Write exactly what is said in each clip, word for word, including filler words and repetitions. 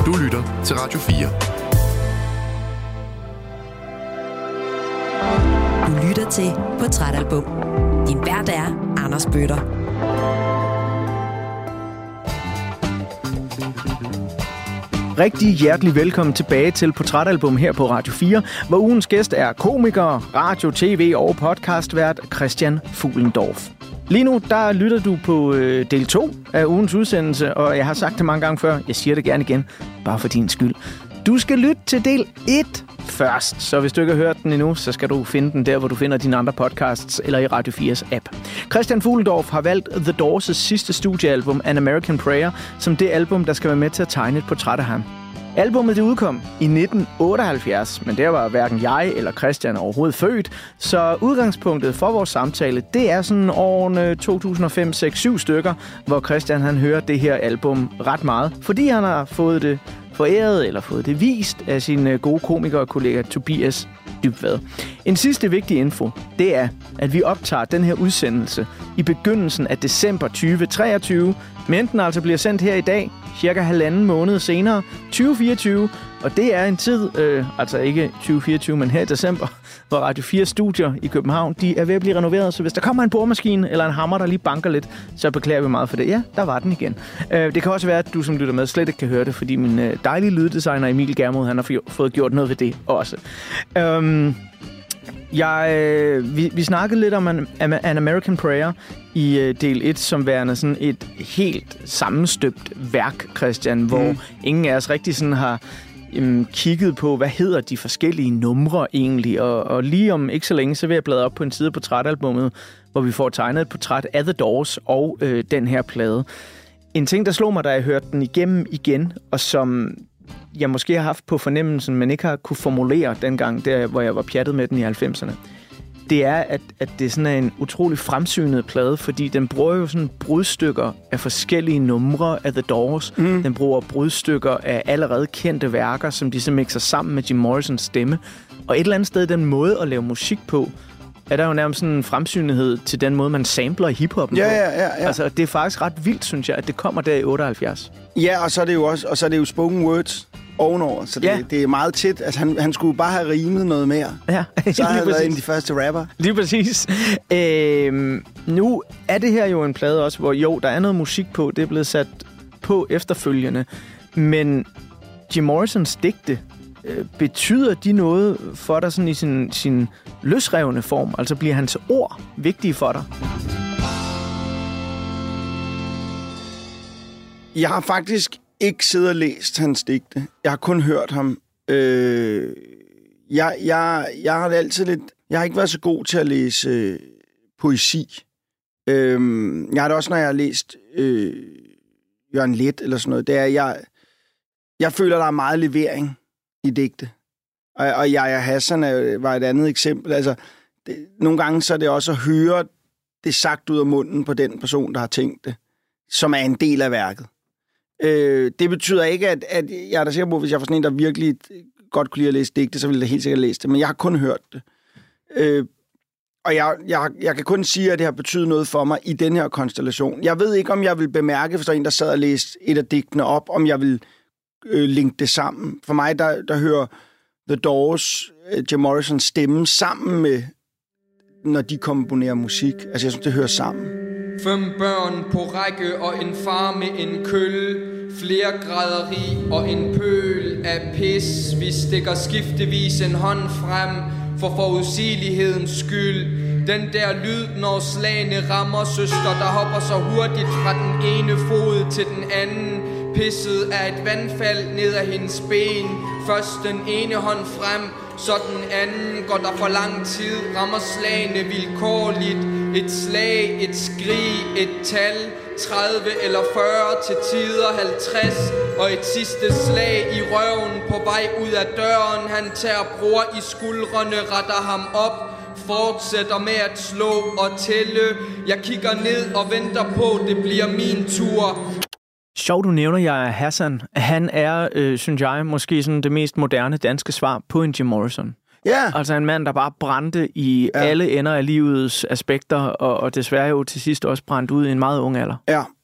Du lytter til Radio fire. Du lytter til Portrætalbum. Din vært er Anders Bøtter. Rigtig hjertelig velkommen tilbage til Portrætalbum her på Radio fire, hvor ugens gæst er komiker, radio, tv og podcastvært Christian Fuhlendorff. Lige nu, der lytter du på øh, del to af ugens udsendelse, og jeg har sagt det mange gange før, jeg siger det gerne igen, bare for din skyld. Du skal lytte til del et først, så hvis du ikke har hørt den endnu, så skal du finde den der, hvor du finder dine andre podcasts, eller i Radio fires app. Christian Fuhlendorff har valgt The Doors' sidste studiealbum, An American Prayer, som det album, der skal være med til at tegne et portræt af ham. Albummet det udkom i nitten otteoghalvfjerds, men der var hverken jeg eller Christian overhovedet født, så udgangspunktet for vores samtale, det er sådan årene to tusind og fem, seks, syv stykker, hvor Christian han hører det her album ret meget, fordi han har fået det foræret eller fået det vist af sin gode komiker og kollega Tobias Dybvad. En sidste vigtig info, det er, at vi optager den her udsendelse i begyndelsen af december tyve treogtyve, men den altså bliver sendt her i dag, cirka halvanden måned senere, tyve fireogtyve, og det er en tid, øh, altså ikke tyve fireogtyve, men her i december, hvor Radio fire studier i København, de er ved at blive renoveret, så hvis der kommer en boremaskine eller en hammer, der lige banker lidt, så beklager vi meget for det. Ja, der var den igen. Øh, det kan også være, at du som lytter med slet ikke kan høre det, fordi min øh, dejlige lyddesigner Emil Germod, han har f- fået gjort noget ved det også. Øh, Jeg, øh, vi, vi snakkede lidt om An, An American Prayer i øh, del et, som værende sådan et helt sammenstøbt værk, Christian, hvor mm. ingen af os rigtig sådan har øhm, kigget på, hvad hedder de forskellige numre egentlig. Og, og lige om ikke så længe, så vil jeg bladre op på en side af portrætalbummet, hvor vi får tegnet et portræt af The Doors og øh, den her plade. En ting, der slog mig, da jeg hørte den igennem igen, og som jeg måske har haft på fornemmelsen, men ikke har kunne formulere dengang, der hvor jeg var pjattet med den i halvfemserne, det er, at, at det sådan er en utrolig fremsynet plade, fordi den bruger jo sådan brudstykker af forskellige numre af The Doors. Mm. Den bruger brudstykker af allerede kendte værker, som de så mixer sammen med Jim Morrisons stemme. Og et eller andet sted, den måde at lave musik på, er der jo nærmest sådan en fremsynethed til den måde, man sampler hiphoppen ja, på. Ja, ja, ja. Altså, det er faktisk ret vildt, synes jeg, at det kommer der i otteoghalvfjerds. Ja, og så er det jo også, og så er det jo spoken words ovenover, så det, ja. det er meget tæt. Altså, han, han skulle bare have rimet noget mere. Ja, så har han været en af de første rapper. Lige præcis. Øhm, nu er det her jo en plade også, hvor jo, der er noget musik på, det er blevet sat på efterfølgende, men Jim Morrisons digte, øh, betyder de noget for dig sådan i sin, sin løsrevne form? Altså bliver hans ord vigtige for dig? Jeg har faktisk ikke siddet og læst hans digte. Jeg har kun hørt ham. Øh, jeg, jeg, jeg har altid lidt... Jeg har ikke været så god til at læse øh, poesi. Øh, jeg har det også, når jeg har læst øh, Jørgen Leth eller sådan noget. Det er, jeg, jeg føler, der er meget levering i digte. Og, og Yahya Hassan er, var et andet eksempel. Altså, det, nogle gange så er det også at høre det sagt ud af munden på den person, der har tænkt det, som er en del af værket. Øh, det betyder ikke, at, at jeg er da sikker på, at hvis jeg var sådan en, der virkelig godt kunne lide at læse digte, så ville jeg helt sikkert læse det. Men jeg har kun hørt det. Øh, og jeg, jeg, jeg kan kun sige, at det har betydet noget for mig i den her konstellation. Jeg ved ikke, om jeg vil bemærke, hvis der er en, der sad og læste et af digtene op, om jeg vil øh, linke det sammen. For mig, der, der hører The Doors, øh, Jim Morrisons stemme sammen med, når de komponerer musik. Altså, jeg synes, det hører sammen. Fem børn på række og en far med en kølle, flere graderi og en pøl af pis. Vi stikker skiftevis en hånd frem for forudsigelighedens skyld. Den der lyd, når slagene rammer søster, der hopper så hurtigt fra den ene fod til den anden. Pisset af et vandfald ned ad hendes ben. Først den ene hånd frem, så den anden. Går der for lang tid, rammer slagene vilkårligt. Et slag, et skrig, et tal, tredive eller fyrre, til tider halvtreds. Og et sidste slag i røven på vej ud af døren. Han tager bror i skuldrene, retter ham op, fortsætter med at slå og tælle. Jeg kigger ned og venter på, det bliver min tur. Sjovt, du nævner jeg Hassan. Han er, øh, synes jeg, måske sådan det mest moderne danske svar på en Jim Morrison. Ja. Altså en mand, der bare brændte i ja. alle ender af livets aspekter, og, og desværre jo til sidst også brændt ud i en meget ung alder. Ja.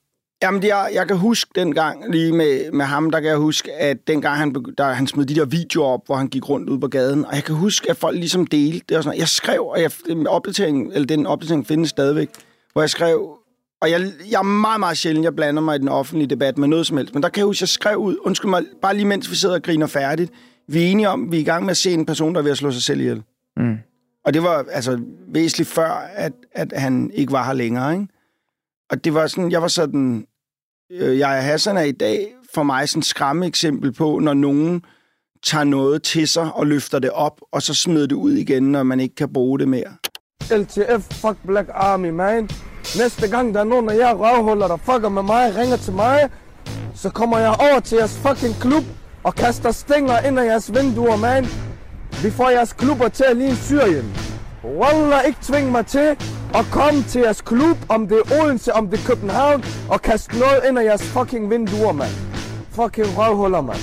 Jamen, det er, jeg kan huske dengang, lige med, med ham, der kan jeg huske, at dengang han, der, han smed de der videoer op, hvor han gik rundt ude på gaden, og jeg kan huske, at folk ligesom delte det og sådan noget. Jeg skrev, og jeg, opdatering, eller den opdatering findes stadigvæk, hvor jeg skrev, og jeg, jeg er meget, meget sjældent, jeg blander mig i den offentlige debat med noget som helst, men der kan jeg huske, jeg skrev ud, undskyld mig, bare lige mens vi sidder og griner færdigt, vi er enige om, vi er i gang med at se en person, der er ved at slå sig selv ihjel. Mm. Og det var altså væsentligt før, at, at han ikke var her længere, ikke? Og det var sådan, jeg var sådan, øh, jeg Hassan er i dag for mig sådan et skræmme eksempel på, når nogen tager noget til sig og løfter det op, og så smider det ud igen, når man ikke kan bruge det mere. L T F, fuck Black Army, man. Næste gang der er nogen af jer røvhuller, der fucker med mig, ringer til mig, så kommer jeg over til jeres fucking klub og kaster stænger ind ad jeres vinduer, man. Vi får jeres klubber til at ligne Syrien. Wallah, ikke tvinge mig til at komme til jeres klub, om det er Odense, om det er København, og kaste noget ind ad jeres fucking vinduer, mand. Fucking røvhuller, mand.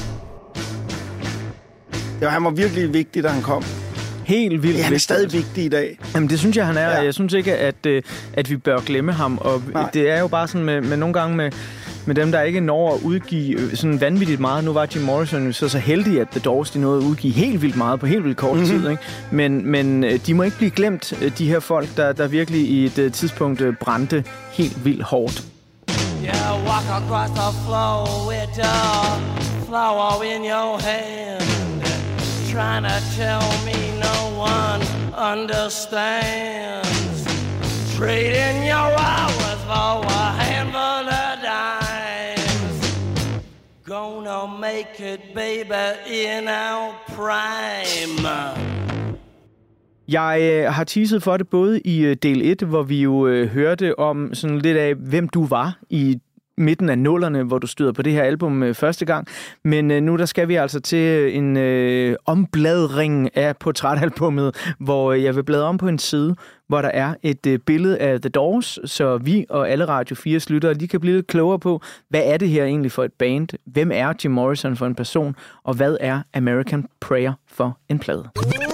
Ja, han var virkelig vigtig, da han kom. Helt vildt. Ja, han er stadig vigtig i dag. Jamen, det synes jeg, han er. Ja. Jeg synes ikke, at, at vi bør glemme ham. Og Nej. det er jo bare sådan med, med nogle gange med... med dem, der ikke når at udgive sådan vanvittigt meget. Nu var Jim Morrison jo så, så heldig, at The Doors de nåede at udgive helt vildt meget på helt vildt kort mm-hmm. tid. Ikke? Men, men de må ikke blive glemt, de her folk, der, der virkelig i et tidspunkt brændte helt vildt hårdt. You walk across the floor with a flower in your hand, trying to tell me no one understands, trading your hours for a handful of dimes, gonna make it, baby, in our prime. Jeg øh, har teaset for det både i øh, del et, hvor vi jo øh, hørte om sådan lidt af, hvem du var i midten af nullerne, hvor du støder på det her album øh, første gang. Men øh, nu der skal vi altså til en øh, ombladring af portrætalbummet, hvor øh, jeg vil bladre om på en side, hvor der er et øh, billede af The Doors, så vi og alle Radio fires lyttere lige kan blive lidt klogere på, hvad er det her egentlig for et band? Hvem er Jim Morrison for en person? Og hvad er American Prayer for en plade?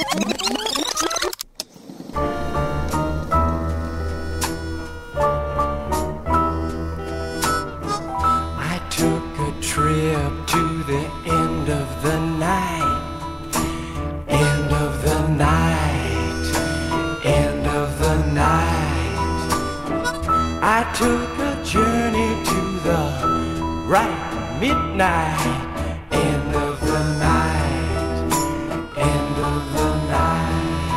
Trip to the end of the night, end of the night, end of the night. I took a journey to the right midnight, end of the night, end of the night.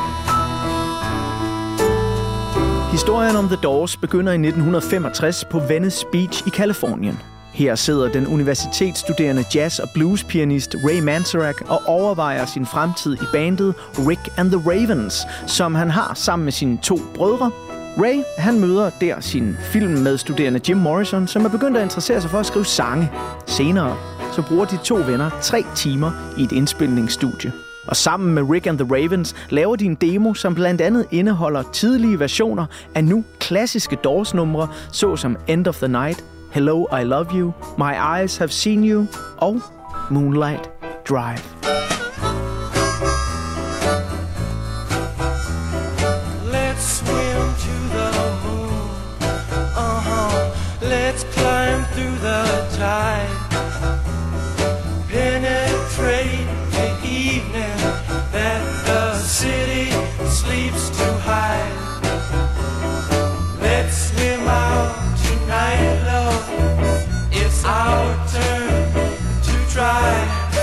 Historien om The Doors begynder i nitten femogtres på Venice Beach i Californien. Her sidder den universitetsstuderende jazz- og bluespianist Ray Manzarek og overvejer sin fremtid i bandet Rick and the Ravens, som han har sammen med sine to brødre. Ray, han møder der sin filmmedstuderende Jim Morrison, som er begyndt at interessere sig for at skrive sange. Senere så bruger de to venner tre timer i et indspilningsstudie. Og sammen med Rick and the Ravens laver de en demo, som blandt andet indeholder tidlige versioner af nu klassiske Doors-numre, såsom End of the Night, Hello, I Love You, My Eyes Have Seen You og Moonlight Drive. Let's swim to the moon, uh-huh, let's climb through the tide, penetrate the evening that the city sleeps too high. Let's swim out tonight, love, it's our turn to try.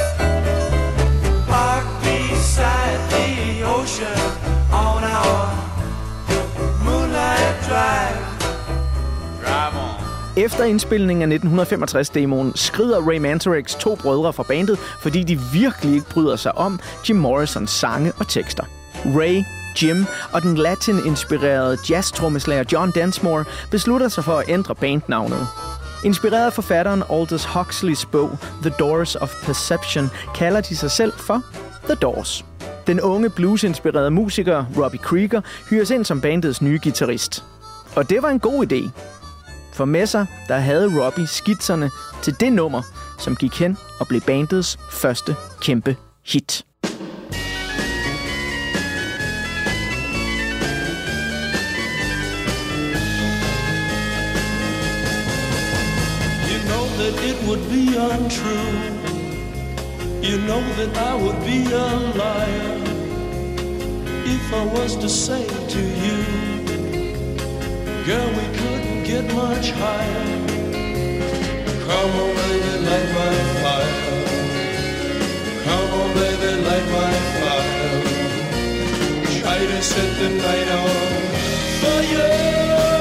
Park beside the ocean on our Moonlight Drive. Drive on. Efter indspilningen af nitten femogtres-demoen skrider Ray Manzareks to brødre fra bandet, fordi de virkelig ikke bryder sig om Jim Morrisons sange og tekster. Ray, Jim og den latin-inspirerede jazz-trommeslager John Densmore beslutter sig for at ændre bandnavnet. Inspireret af forfatteren Aldous Huxleys bog The Doors of Perception, kalder de sig selv for The Doors. Den unge blues-inspirerede musiker Robbie Krieger hyres ind som bandets nye guitarist. Og det var en god idé. For med sig, der havde Robbie skitserne til det nummer, som gik hen og blev bandets første kæmpe hit. would be untrue. You know that I would be a liar if I was to say to you, girl, we couldn't get much higher. Come on, baby, light my fire. Come on, baby, light my fire. Try to set the night on fire.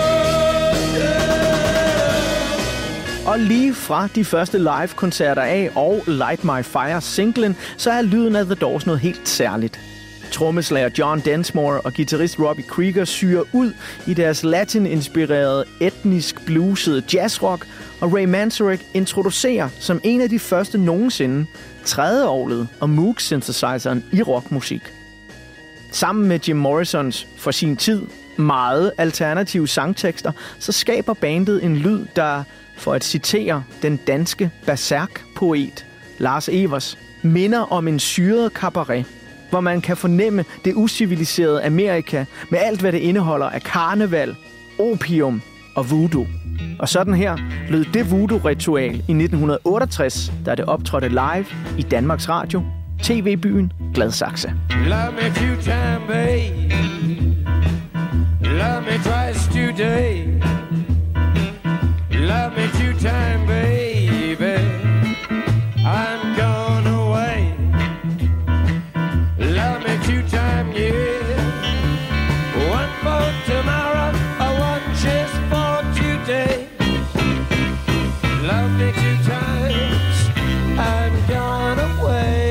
Og lige fra de første live-koncerter af og Light My Fire-singlen, så er lyden af The Doors noget helt særligt. Trommeslager John Densmore og guitarist Robbie Krieger syrer ud i deres latin-inspirerede, etnisk bluesede jazzrock, og Ray Manzarek introducerer som en af de første nogensinde trædeorglet og Moog-synthesizeren i rockmusik. Sammen med Jim Morrisons for sin tid meget alternative sangtekster, så skaber bandet en lyd, der, for at citere den danske berserk-poet Lars Evers, minder om en syret cabaret, hvor man kan fornemme det usiviliserede Amerika med alt, hvad det indeholder af karneval, opium og voodoo. Og sådan her lød det voodoo-ritual i nitten otteogtres, da det optrådte live i Danmarks Radio, T V-byen Gladsaxe. Love me few time, babe. Love me twice today. Love me few time, baby. I'm gone away. Love me few time, yeah. One for tomorrow, or one just for today. Love me two times, I'm gone away.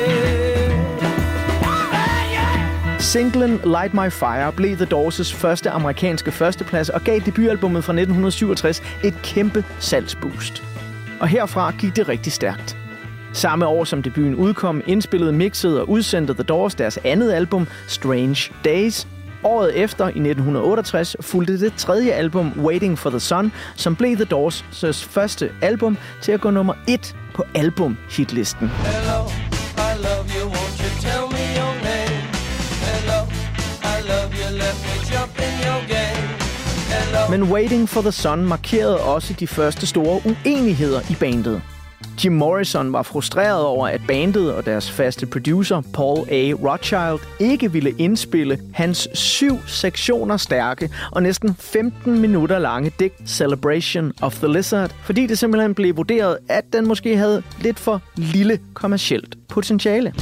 Singlen Light My Fire blev The Doors' første amerikanske førsteplads og gav debutalbummet fra nitten syvogtres et kæmpe salgsboost. Og herfra gik det rigtig stærkt. Samme år som debuten udkom, indspillede, mixede og udsendte The Doors deres andet album, Strange Days. Året efter, i nitten otteogtres, fulgte det tredje album, Waiting for the Sun, som blev The Doors' første album til at gå nummer et på album-hitlisten. Hello, I love you, won't you tell me your name? Hello, I love you, let me jump in your game. Hello. Men Waiting for the Sun markerede også de første store uenigheder i bandet. Jim Morrison var frustreret over, at bandet og deres faste producer, Paul A. Rothchild, ikke ville indspille hans syv sektioner stærke og næsten femten minutter lange digt Celebration of the Lizard, fordi det simpelthen blev vurderet, at den måske havde lidt for lille kommercielt potentiale.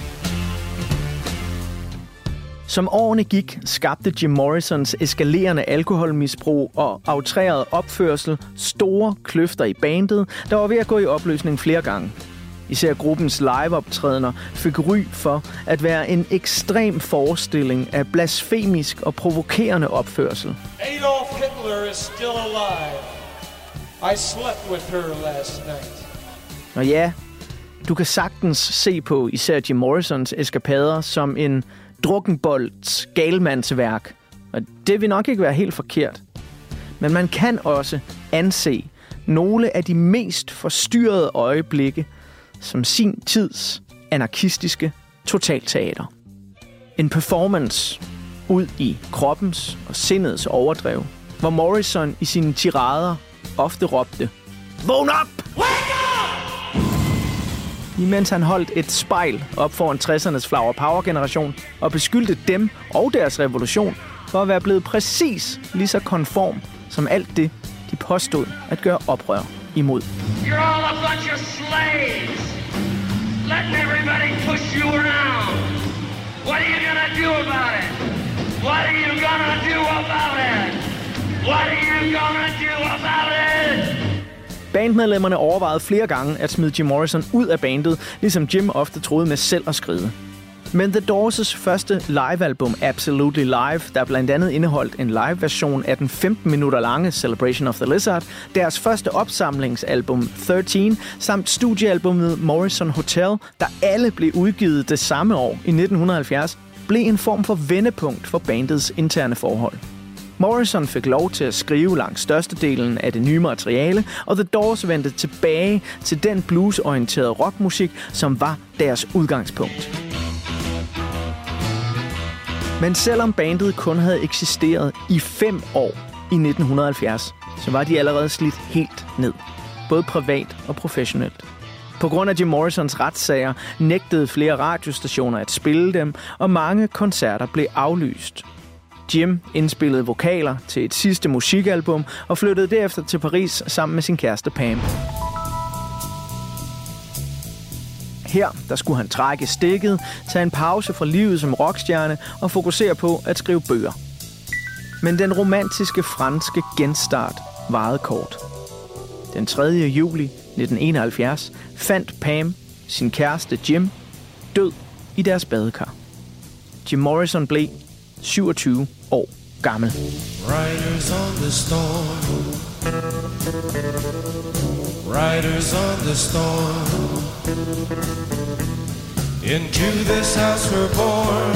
Som årene gik, skabte Jim Morrisons eskalerende alkoholmisbrug og outreret opførsel store kløfter i bandet, der var ved at gå i opløsning flere gange. Især gruppens liveoptrædener fik ry for at være en ekstrem forestilling af blasfemisk og provokerende opførsel. Adolf Hitler is still alive. I slept with her last night. Og ja, du kan sagtens se på især Jim Morrisons eskapader som en drukkenbolds galmandsværk, og det vil nok ikke være helt forkert. Men man kan også anse nogle af de mest forstyrrede øjeblikke som sin tids anarkistiske totalteater. En performance ud i kroppens og sindets overdrev, hvor Morrison i sine tirader ofte råbte, "Vågn op! Imens han holdt et spejl op foran tressernes Flower Power-generation og beskyldte dem og deres revolution for at være blevet præcis lige så konform som alt det, de påstod at gøre oprør imod. You're all a bunch of slaves, letting everybody push you around. What are you gonna do about it? What are you gonna do about it? What are you gonna do about it? Bandmedlemmerne overvejede flere gange at smide Jim Morrison ud af bandet, ligesom Jim ofte troede med selv at skride. Men The Doors' første livealbum, Absolutely Live, der blandt andet indeholdt en live-version af den femten minutter lange Celebration of the Lizard, deres første opsamlingsalbum tretten, samt studiealbummet Morrison Hotel, der alle blev udgivet det samme år i nitten halvfjerds, blev en form for vendepunkt for bandets interne forhold. Morrison fik lov til at skrive langt størstedelen af det nye materiale, og The Doors vendte tilbage til den bluesorienterede rockmusik, som var deres udgangspunkt. Men selvom bandet kun havde eksisteret i fem år i nitten halvfjerds, så var de allerede slidt helt ned. både privat og professionelt. På grund af Jim Morrisons retssager nægtede flere radiostationer at spille dem, og mange koncerter blev aflyst. Jim indspillede vokaler til et sidste musikalbum og flyttede derefter til Paris sammen med sin kæreste Pam. Her der skulle han trække stikket, tage en pause fra livet som rockstjerne og fokusere på at skrive bøger. Men den romantiske franske genstart varede kort. Den tredje juli nitten enoghalvfjerds fandt Pam sin kæreste Jim død i deres badekar. Jim Morrison blev syvogtyve år gammel. Riders on the storm. Riders on the storm. Into this house we're born.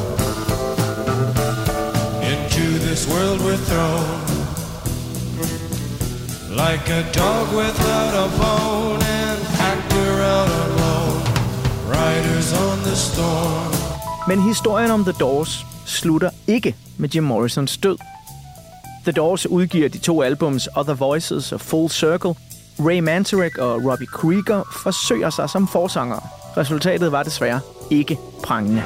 Into this world we're thrown. Like a dog without a bone and packed around alone. Riders on the storm. Men historien om The Doors slutter ikke med Jim Morrisons død. The Doors udgiver de to albums Other Voices og Full Circle. Ray Manzarek og Robbie Krieger forsøger sig som forsangere. Resultatet var desværre ikke prangende.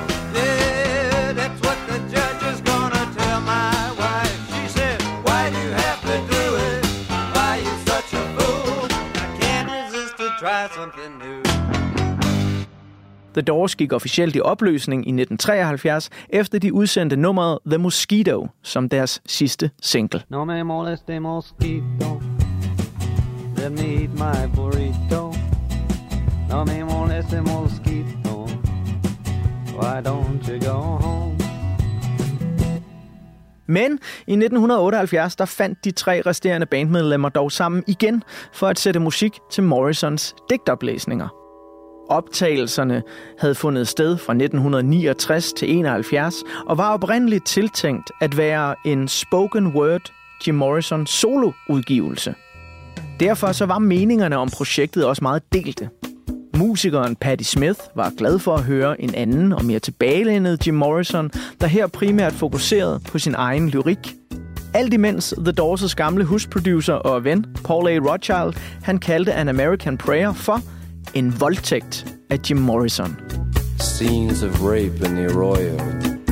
The Doors gik officielt i opløsning i nitten treoghalvfjerds, efter de udsendte nummeret The Mosquito som deres sidste single. No me moleste mosquito, let me eat my burrito. No me moleste mosquito, why don't you go home? Men i nitten otteoghalvfjerds der fandt de tre resterende bandmedlemmer dog sammen igen for at sætte musik til Morrisons digtoplæsninger. Optagelserne havde fundet sted fra nitten niogtres til enoghalvfjerds og var oprindeligt tiltænkt at være en spoken word Jim Morrison soloudgivelse. Derfor så var meningerne om projektet også meget delte. Musikeren Patti Smith var glad for at høre en anden og mere tilbagelænet Jim Morrison, der her primært fokuserede på sin egen lyrik. Alt imens The Doors' gamle husproducer og ven Paul A. Rothchild, han kaldte An American Prayer for en voldtægt af Jim Morrison. Scenes of rape in the Arroyo.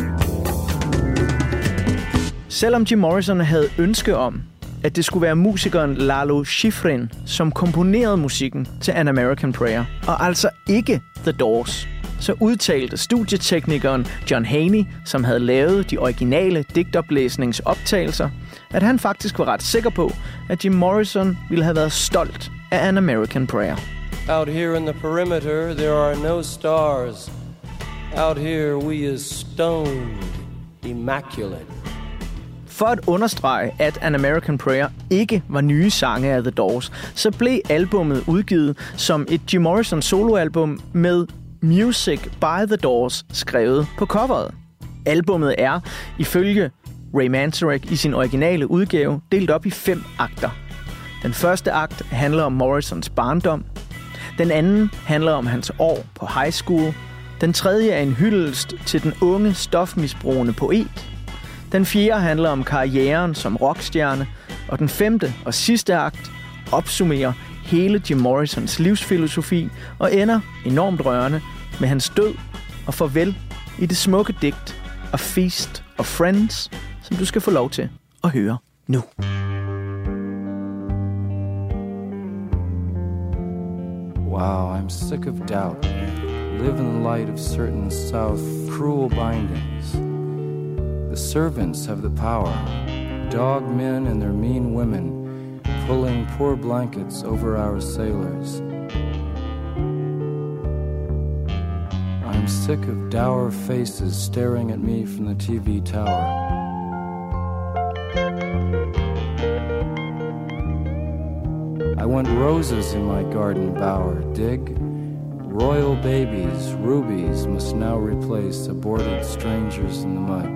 Selvom Jim Morrison havde ønske om, at det skulle være musikeren Lalo Schifrin, som komponerede musikken til An American Prayer, og altså ikke The Doors, så udtalte studieteknikeren John Haney, som havde lavet de originale digtoplæsningsoptagelser, at han faktisk var ret sikker på, at Jim Morrison ville have været stolt af An American Prayer. Out here in the perimeter, there are no stars. Out here we is stoned, immaculate. For at understrege, at An American Prayer ikke var nye sange af The Doors, så blev albummet udgivet som et Jim Morrison soloalbum med Music by The Doors skrevet på coveret. Albummet er, ifølge Ray Manzarek i sin originale udgave, delt op i fem akter. Den første akt handler om Morrisons barndom. Den anden handler om hans år på high school. Den tredje er en hyldest til den unge stofmisbrugende poet. Den fjerde handler om karrieren som rockstjerne. Og den femte og sidste akt opsummerer hele Jim Morrisons livsfilosofi og ender enormt rørende med hans død og farvel i det smukke digt A Feast of Friends, som du skal få lov til at høre nu. Wow, I'm sick of doubt. Live in the light of certain South cruel bindings. The servants have the power. Dog men and their mean women pulling poor blankets over our sailors. I'm sick of dour faces staring at me from the T V tower. I want roses in my garden bower, dig? Royal babies, rubies must now replace aborted strangers in the mud.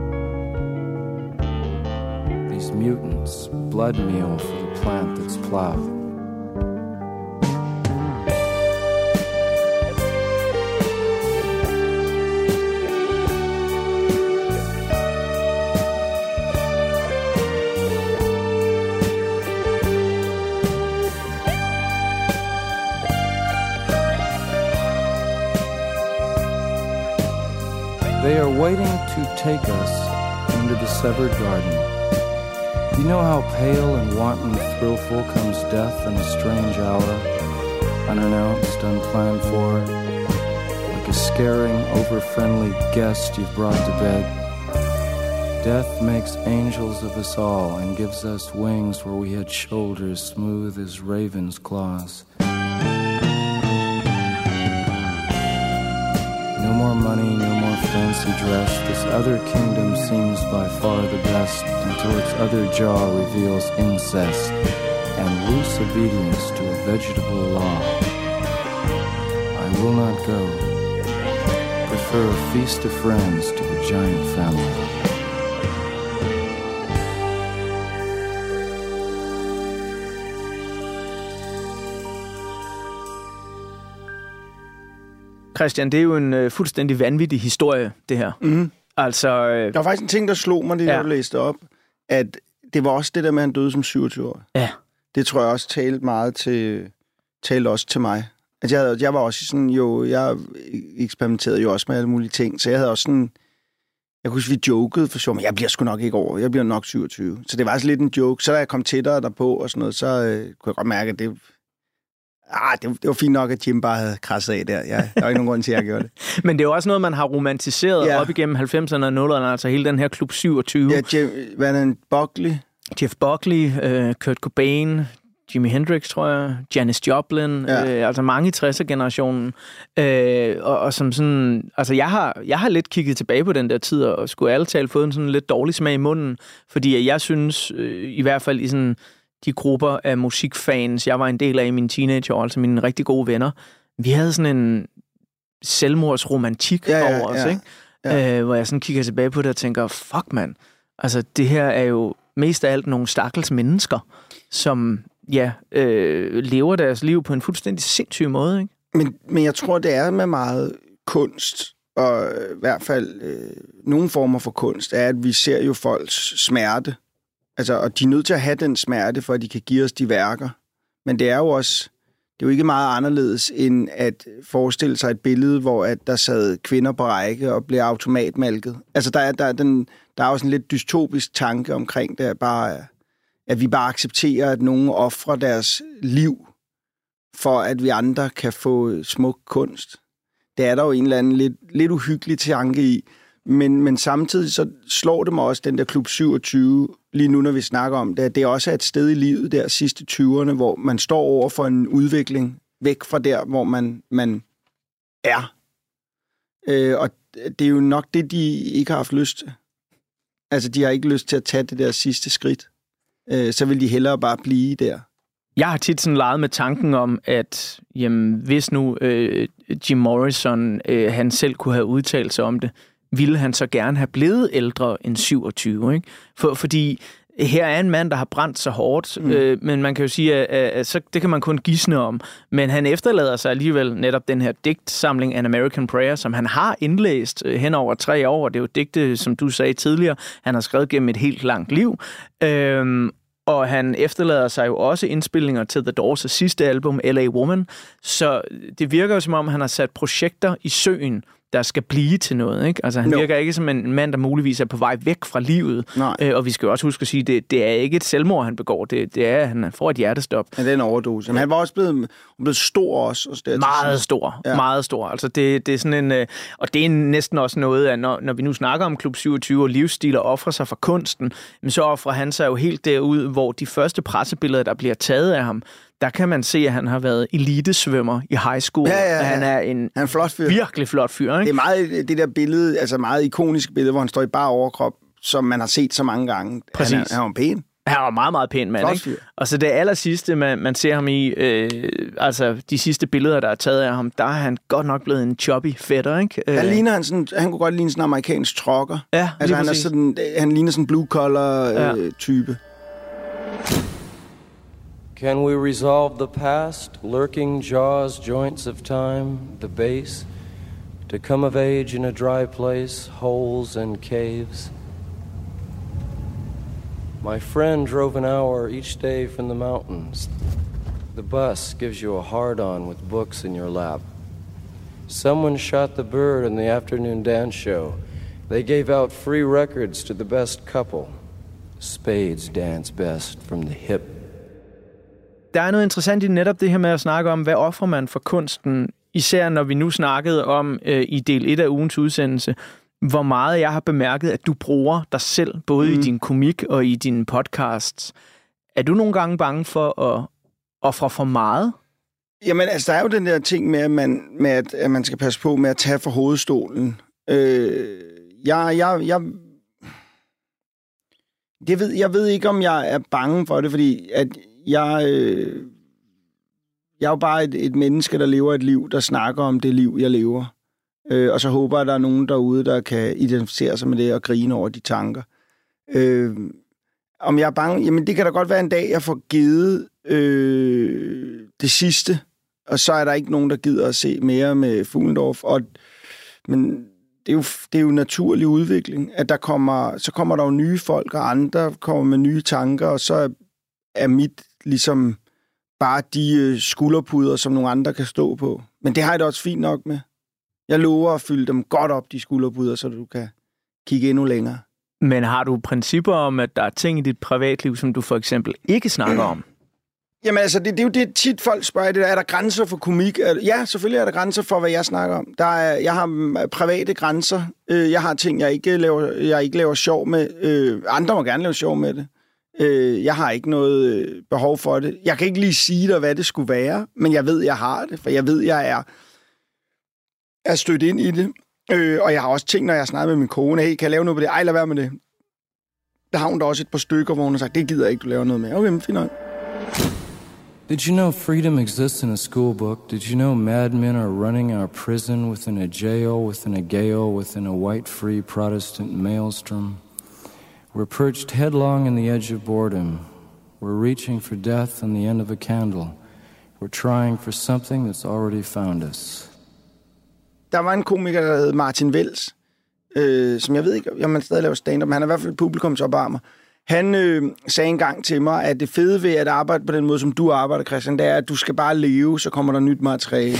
These mutants, blood meal for the plant that's plowed. They are waiting to take us into the severed garden. You know how pale and wanton thrillful comes death in a strange hour, unannounced, unplanned for, like a scaring, over-friendly guest you've brought to bed. Death makes angels of us all and gives us wings where we had shoulders smooth as ravens' claws. No more money, no more fancy dress. This other kingdom seems by far the best until its other jaw reveals incest and loose obedience to a vegetable law. I will not go. Prefer a feast of friends to the giant family. Christian, det er jo en øh, fuldstændig vanvittig historie, det her. Mm. Altså, øh, der var faktisk en ting, der slog mig, det ja. du læste op, at det var også det der med, at han døde som syvogtyve-årig. Ja. Det tror jeg også talte meget til, talte også til mig. Altså, jeg, jeg var også sådan, jo, jeg eksperimenterede jo også med alle mulige ting, så jeg havde også sådan, jeg kunne huske, vi jokede for sjov, men jeg bliver sgu nok ikke over, jeg bliver nok syvogtyve. Så det var altså lidt en joke. Så da jeg kom tættere derpå og sådan noget, så øh, kunne jeg godt mærke, at det... Ah, det, det var fint nok, at Jim bare havde krasset af der. Ja, der var ikke nogen grund til, at jeg gjorde det. Men det er jo også noget, man har romantiseret ja. op igennem halvfemserne og nullerne, altså hele den her Klub syvogtyve. Ja, Jim, hvad er det, Buckley? Jeff Buckley, uh, Kurt Cobain, Jimi Hendrix, tror jeg, Janis Joplin, ja. øh, altså mange i tresser-generationen. Øh, og, og som sådan, altså jeg har, jeg har lidt kigget tilbage på den der tid, og skulle alle tale fået en sådan lidt dårlig smag i munden, fordi jeg synes, øh, i hvert fald i sådan de grupper af musikfans, jeg var en del af i mine teenageår, altså mine rigtig gode venner, vi havde sådan en selvmordsromantik ja, ja, over os, ja. ikke? Ja. Øh, hvor jeg sådan kigger tilbage på det og tænker, fuck mand, altså det her er jo mest af alt nogle stakkels mennesker, som ja, øh, lever deres liv på en fuldstændig sindssyg måde, ikke? Men, men jeg tror, det er med meget kunst, og i hvert fald øh, nogle former for kunst, er, at vi ser jo folks smerte. Altså, og de er nødt til at have den smerte, for at de kan give os de værker. Men det er jo også, det er jo ikke meget anderledes, end at forestille sig et billede, hvor at der sad kvinder på række og blev automatmalket. Altså, der er, der, er den, der er også en lidt dystopisk tanke omkring det, bare, at vi bare accepterer, at nogen ofrer deres liv, for at vi andre kan få smuk kunst. Det er der jo en eller anden lidt, lidt uhyggelig tanke i. Men, men samtidig så slår det mig også, den der Klub syvogtyve, lige nu, når vi snakker om det, at det også er et sted i livet, der sidste tyverne, hvor man står over for en udvikling væk fra der, hvor man, man er. Øh, og det er jo nok det, de ikke har haft lyst til. Altså, de har ikke lyst til at tage det der sidste skridt. Øh, så vil de hellere bare blive der. Jeg har tit sådan leget med tanken om, at jamen, hvis nu øh, Jim Morrison, øh, han selv kunne have udtalt sig om det, ville han så gerne have blevet ældre end syvogtyve, ikke? For, fordi her er en mand, der har brændt så hårdt, mm. øh, men man kan jo sige, at, at, at så, det kan man kun gisne om. Men han efterlader sig alligevel netop den her digtsamling An American Prayer, som han har indlæst øh, hen over tre år. Det er jo digte, som du sagde tidligere, han har skrevet gennem et helt langt liv. Øhm, og han efterlader sig jo også indspilninger til The Doors' sidste album, L A Woman. Så det virker jo som om, han har sat projekter i søen, der skal blive til noget, ikke? Altså, han no. virker ikke som en mand, der muligvis er på vej væk fra livet. Øh, og vi skal jo også huske at sige, at det, det er ikke et selvmord, han begår. Det, det er, at han får et hjertestop. Ja, det er en overdose. Men han var også blevet, blevet stor også. også der meget stor. Ja. Meget stor. Altså, det, det er sådan en... Og det er næsten også noget, at når, når vi nu snakker om Klub syvogtyve og livsstil og offrer sig for kunsten, så offrer han sig jo helt derud, hvor de første pressebilleder, der bliver taget af ham, der kan man se, at han har været elitesvømmer i high school. Ja, ja, ja. Han er en, han er flot fyr. Virkelig flot fyr, ikke? Det er meget det der billede, altså meget ikonisk billede, hvor han står i bare overkrop, som man har set så mange gange. Præcis. Han er, han er pæn. Han var meget, meget pæn mand, ikke? Og så det aller sidste, man, man ser ham i, øh, altså de sidste billeder, der er taget af ham, der er han godt nok blevet en choppy fætter, ikke? Han ligner han sådan, han kunne godt ligne sådan en amerikansk trucker. Ja, altså han er sådan, han ligner sådan en blue collar ja. øh, type. Can we resolve the past, lurking jaws, joints of time, the base, to come of age in a dry place, holes and caves? My friend drove an hour each day from the mountains. The bus gives you a hard-on with books in your lap. Someone shot the bird in the afternoon dance show. They gave out free records to the best couple. Spades dance best from the hip. Der er noget interessant i netop det her med at snakke om, hvad offrer man for kunsten, især når vi nu snakkede om øh, i del et af ugens udsendelse, hvor meget jeg har bemærket, at du bruger dig selv, både mm. i din komik og i dine podcasts. Er du nogle gange bange for at ofre for meget? Jamen, altså, der er jo den der ting med, at man, med at, at man skal passe på med at tage for hovedstolen. Øh, jeg, jeg, jeg, jeg, ved, jeg ved ikke, om jeg er bange for det, fordi at jeg, øh, jeg er jo bare et, et menneske, der lever et liv, der snakker om det liv, jeg lever. Øh, og så håber jeg, at der er nogen derude, der kan identificere sig med det og grine over de tanker. Øh, om jeg er bange? Jamen, det kan da godt være en dag, jeg får givet øh, det sidste, og så er der ikke nogen, der gider at se mere med Fuglendorf. Og, men det er, jo, det er jo naturlig udvikling, at der kommer, så kommer der jo nye folk, og andre kommer med nye tanker, og så er, er mit ligesom bare de skulderpuder, som nogle andre kan stå på. Men det har jeg da også fint nok med. Jeg lover at fylde dem godt op, de skulderpuder, så du kan kigge endnu længere. Men har du principper om, at der er ting i dit privatliv, som du for eksempel ikke snakker om? Jamen altså, det, det er jo det tit folk spørger, det der, er der grænser for komik? Ja, selvfølgelig er der grænser for, hvad jeg snakker om. Der er, jeg har private grænser. Jeg har ting, jeg ikke laver, jeg ikke laver sjov med. Andre må gerne lave sjov med det. Jeg har ikke noget behov for det. Jeg kan ikke lige sige dig, hvad det skulle være, men jeg ved, jeg har det, for jeg ved, jeg er, er stødt ind i det. Og jeg har også tænkt, når jeg snakker med min kone, hey, kan jeg lave noget på det? Ej, lad være med det. Der har hun da også et par stykker, hvor hun har sagt, det gider jeg ikke, du laver noget med. Okay, men fint nok. Did you know freedom exists in a school book? Did you know madmen are running our prison within a jail, within a gale, within a white free Protestant maelstrom? We're perched headlong in the edge of boredom. We're reaching for death on the end of a candle. We're trying for something that's already found us. Der var en komiker, der hed Martin Wells, øh, som jeg ved ikke, om han stadig laver stand-up, men han er i hvert fald publikumsopvarmer. Han øh, sagde engang til mig, at det fede ved at arbejde på den måde, som du arbejder, Christian, det er, at du skal bare leve, så kommer der nyt materiale.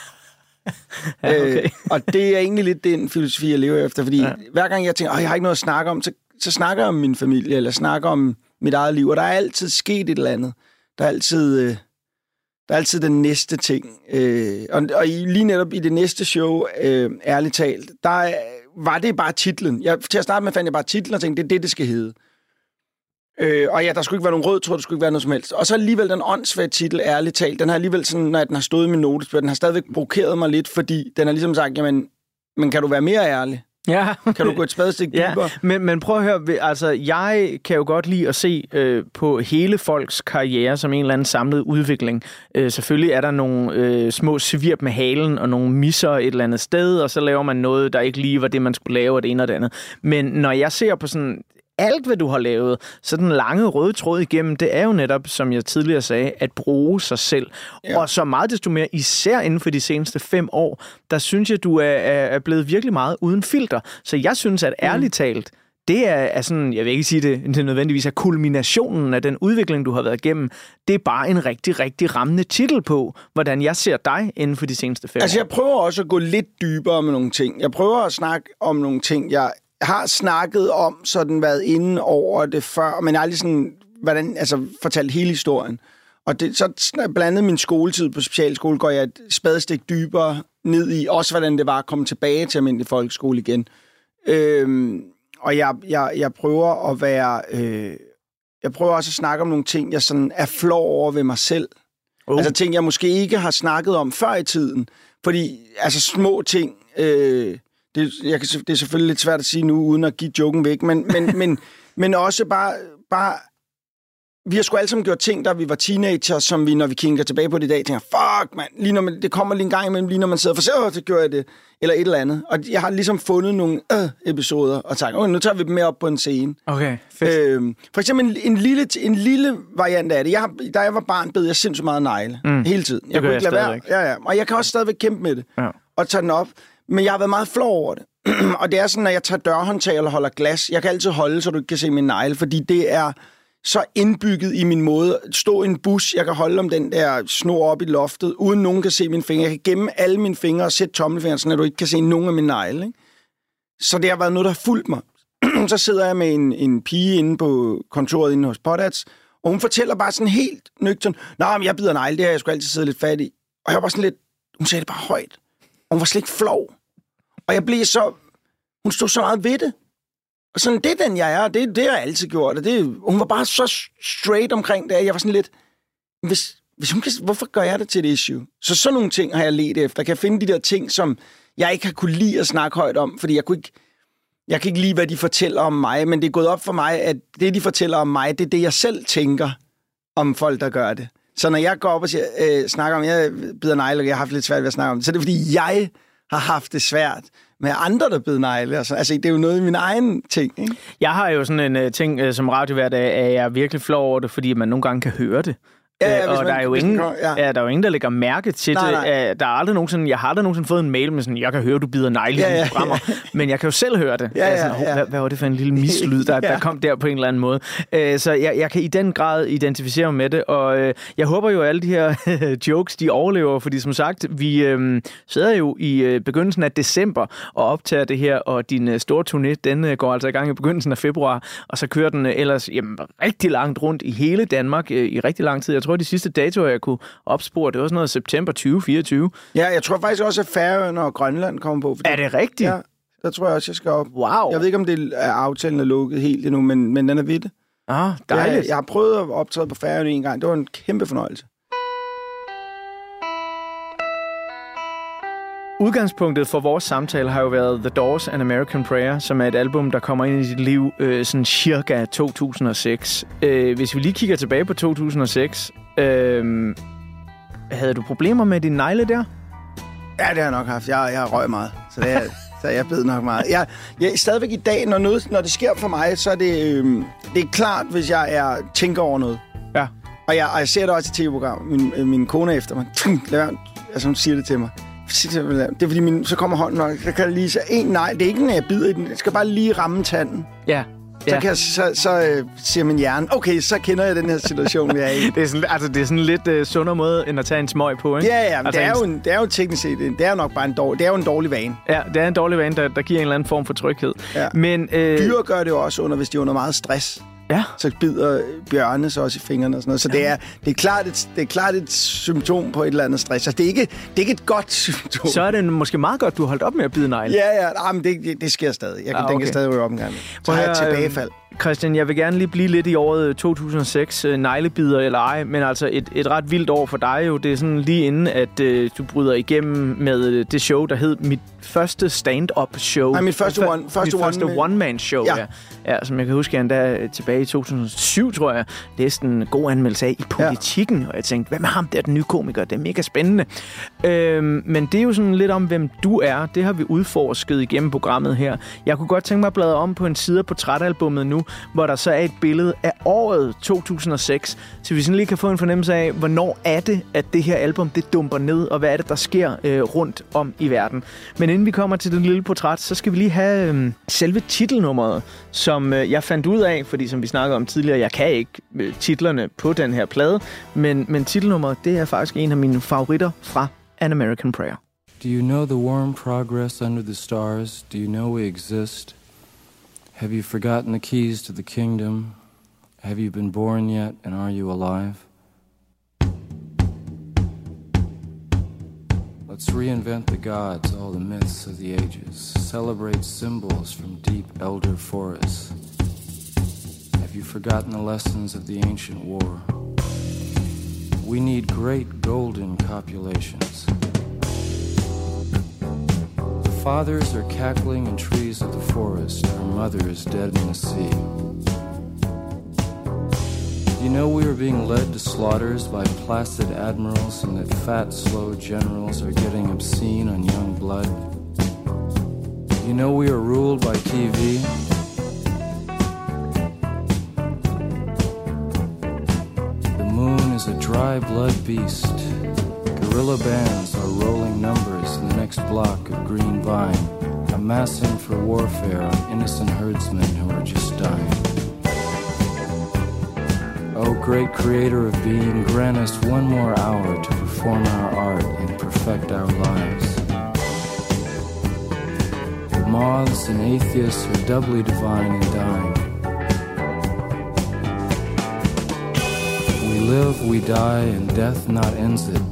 ja, okay. øh, og det er egentlig lidt den filosofi, jeg lever efter, fordi ja. hver gang jeg tænker, at jeg har ikke noget at snakke om, så, så snakker jeg om min familie, eller snakker om mit eget liv, og der er altid sket et eller andet. Der er altid... Øh, Der er altid den næste ting. Øh, og, og lige netop i det næste show, øh, ærligt talt, der var det bare titlen. Jeg, til at starte med fandt jeg bare titlen og tænkte, det er det, det skal hedde. Øh, og ja, der skulle ikke være nogen rød tråd, der skulle ikke være noget som helst. Og så alligevel den åndssvage titel, ærligt talt, den har alligevel sådan, når den har stået i min notesbog, den har stadigvæk provokeret mig lidt, fordi den har ligesom sagt, jamen, men kan du være mere ærlig? Ja. Kan du gå et spadestik dybere? Ja, men, men prøv at høre, altså jeg kan jo godt lide at se øh, på hele folks karriere som en eller anden samlet udvikling. Øh, selvfølgelig er der nogle øh, små svirp med halen og nogle misser et eller andet sted, og så laver man noget, der ikke lige var det, man skulle lave, og det ene og det andet. Men når jeg ser på sådan alt, hvad du har lavet, så den lange røde tråd igennem, det er jo netop, som jeg tidligere sagde, at bruge sig selv. Ja. Og så meget desto mere, især inden for de seneste fem år, der synes jeg, du er, er blevet virkelig meget uden filter. Så jeg synes, at ærligt talt, det er, er sådan, jeg vil ikke sige det, det nødvendigvis er kulminationen af den udvikling, du har været igennem. Det er bare en rigtig, rigtig rammende titel på, hvordan jeg ser dig inden for de seneste fem altså, år. Jeg prøver også at gå lidt dybere med nogle ting. Jeg prøver at snakke om nogle ting, jeg har snakket om, sådan været inde over det før, men jeg har lige sådan, hvordan, altså, fortalt hele historien. Og det, så blandet min skoletid på specialskole, går jeg et spadestik dybere ned i, også hvordan det var at komme tilbage til almindelig folkeskole igen. Øhm, og jeg, jeg, jeg prøver at være, øh, jeg prøver også at snakke om nogle ting, jeg sådan er flov over ved mig selv. Uh. Altså ting, jeg måske ikke har snakket om før i tiden. Fordi, altså små ting, øh, Det, jeg kan, det er selvfølgelig lidt svært at sige nu, uden at give joken væk, men, men, men, men også bare, bare... Vi har sgu alle sammen gjort ting, da vi var teenager, som vi, når vi kigger tilbage på det i dag, tænker, fuck, mand, lige når man, det kommer lige en gang imellem, lige når man sidder og siger, åh, det gjorde jeg det, eller et eller andet. Og jeg har ligesom fundet nogle øh, episoder, og sagt, okay, nu tager vi dem med op på en scene. Okay, fedt. Øhm, for eksempel en, en, lille, en lille variant af det. Jeg har, da jeg var barn, bed jeg sindssygt meget negle. Mm. Hele tiden. Jeg det kunne ikke jeg lade være. Ja, ja. Og jeg kan også stadigvæk kæmpe med det. Ja. Og tage den op. Men jeg har været meget flov over det. Og det er sådan, når jeg tager dørhåndtag eller holder glas, jeg kan altid holde, så du ikke kan se min negle, fordi det er så indbygget i min måde. Stå i en bus, jeg kan holde om den der snor op i loftet, uden nogen kan se mine fingre. Jeg kan gemme alle mine fingre og sætte tommelfingeren, så du ikke kan se nogen af mine negle. Ikke? Så det har været noget, der har fulgt mig. Så sidder jeg med en, en pige inde på kontoret inde hos Potats, og hun fortæller bare sådan helt nøgtern, nå, men jeg bider negle, det har jeg sgu altid siddet lidt fat i. Og jeg var sådan lidt, hun sagde det bare højt. Og hun var slet ikke flov. Og jeg blev så, hun stod så meget ved det. Og sådan, det er den, jeg er, det, det har jeg altid gjort. Og det, hun var bare så straight omkring det, jeg var sådan lidt, hvis, hvis hun kan, hvorfor gør jeg det til et issue? Så sådan nogle ting har jeg let efter. Kan jeg finde de der ting, som jeg ikke har kunne lide at snakke højt om, fordi jeg kunne ikke, jeg kan ikke lide, hvad de fortæller om mig, men det er gået op for mig, at det, de fortæller om mig, det er det, jeg selv tænker om folk, der gør det. Så når jeg går op og siger, øh, snakker om, jeg bider negle, og jeg har haft lidt svært ved at snakke om det, så er det, fordi jeg har haft det svært med andre, der bider negle. Altså, det er jo noget af min egen ting, ikke? Jeg har jo sådan en uh, ting uh, som radiovært, at jeg er virkelig flov over det, fordi man nogle gange kan høre det. Ja, ja, og man, der er jo ingen, kan, ja. Ja, der er jo ingen, der lægger mærke til nej, det. Nej. Der er aldrig nogensinde, jeg har aldrig nogensinde fået en mail med sådan, jeg kan høre, du bider negle ja, i dine programmer, ja, ja. Men jeg kan jo selv høre det. Ja, ja, sådan, ja. Hvad, hvad var det for en lille mislyd, der, ja. der kom der på en eller anden måde? Uh, så jeg, jeg kan i den grad identificere mig med det, og uh, jeg håber jo, at alle de her jokes, de overlever, fordi som sagt, vi uh, sidder jo i uh, begyndelsen af december og optager det her, og din uh, store turné, den uh, går altså i gang i begyndelsen af februar, og så kører den uh, ellers jamen, rigtig langt rundt i hele Danmark uh, i rigtig lang tid. Jeg tror, de sidste datoer, jeg kunne opspore, det var sådan noget september tyve fireogtyve. Ja, jeg tror faktisk også, at Færøerne og Grønland kommer på. Er det rigtigt? Ja, der tror jeg også, jeg skal op. Wow. Jeg ved ikke, om det er aftalen er lukket helt endnu, men, men den er vidt. Ah, dejligt. Jeg, jeg har prøvet at optræde på Færøerne en gang. Det var en kæmpe fornøjelse. Udgangspunktet for vores samtale har jo været The Doors An American Prayer, som er et album, der kommer ind i dit liv øh, sådan cirka to tusind og seks. Øh, hvis vi lige kigger tilbage på to tusind og seks, øh, havde du problemer med din negle der? Ja, det har jeg nok haft. Jeg, jeg har røget meget, så, det er, så jeg bed nok meget. Jeg, jeg, stadigvæk i dag, når, noget, når det sker for mig, så er det, øh, det er klart, hvis jeg er, tænker over noget. Ja. Og jeg, og jeg ser det også i tv-program. Min, min kone er efter mig. Lad være, altså hun siger det til mig. Det er fordi, min, så kommer hånden, og jeg kan lige så en nej, det er ikke, når jeg bider i den. Jeg skal bare lige ramme tanden. Ja. Så, kan jeg, så, så øh, siger min hjerne, okay, så kender jeg den her situation, vi er i. det, er sådan, altså, det er sådan lidt uh, sundere måde, end at tage en smøg på, ikke? Ja, ja, men altså, det, er jo en, det er jo teknisk set, det er jo nok bare en dårlig, det er jo en dårlig vane. Ja, det er en dårlig vane, der, der giver en eller anden form for tryghed. Ja. Men, øh... dyr gør det jo også, under, hvis de er under meget stress. Ja. Så bider bjørne så også i fingrene og sådan noget. Så ja. det, er, det, er klart et, det er klart et symptom på et eller andet stress. Altså, det er ikke, det er ikke et godt symptom. Så er det måske meget godt, du har holdt op med at bide negle. Ja, ja. Nej, men det, det, det sker stadig. Jeg kan, ah, okay. Den kan stadig ryge op en gang. Så har jeg tilbagefald. Christian, jeg vil gerne lige blive lidt i året to tusind og seks, neglebider eller ej, men altså et, et ret vildt år for dig jo. Det er sådan lige inden, at øh, du bryder igennem med det show, der hed Mit Første Stand-Up Show. Nej, mit første, one, første, mit første one, one-man show, ja. Ja. Ja, som jeg kan huske, jeg endda tilbage i to tusind og syv, tror jeg, læste en god anmeldelse af i Politikken, ja. Og jeg tænkte, hvad med ham der, den nye komiker? Det er mega spændende. Øhm, men det er jo sådan lidt om, hvem du er. Det har vi udforsket igennem programmet her. Jeg kunne godt tænke mig at bladre om på en side af portrætalbummet nu, hvor der så er et billede af året to tusind og seks, så vi sådan lige kan få en fornemmelse af, hvornår er det, at det her album, det dumper ned, og hvad er det, der sker øh, rundt om i verden. Men inden vi kommer til det lille portræt, så skal vi lige have øh, selve titelnummeret, som øh, jeg fandt ud af, fordi som vi snakkede om tidligere, jeg kan ikke øh, titlerne på den her plade, men, men titelnummeret, det er faktisk en af mine favoritter fra An American Prayer. Do you know the warm progress under the stars? Do you know we exist? Have you forgotten the keys to the kingdom? Have you been born yet, and are you alive? Let's reinvent the gods, all the myths of the ages. Celebrate symbols from deep elder forests. Have you forgotten the lessons of the ancient war? We need great golden copulations. Fathers are cackling in trees of the forest. Our mother is dead in the sea. You know we are being led to slaughters by placid admirals, and that fat, slow generals are getting obscene on young blood. You know we are ruled by T V. The moon is a dry blood beast. Guerrilla bands are rolling numbers in the next block of green vine, amassing for warfare on innocent herdsmen who are just dying. Oh, great creator of being, grant us one more hour to perform our art and perfect our lives. The moths paths and atheists are doubly divine and dying. We live, we die, and death not ends it.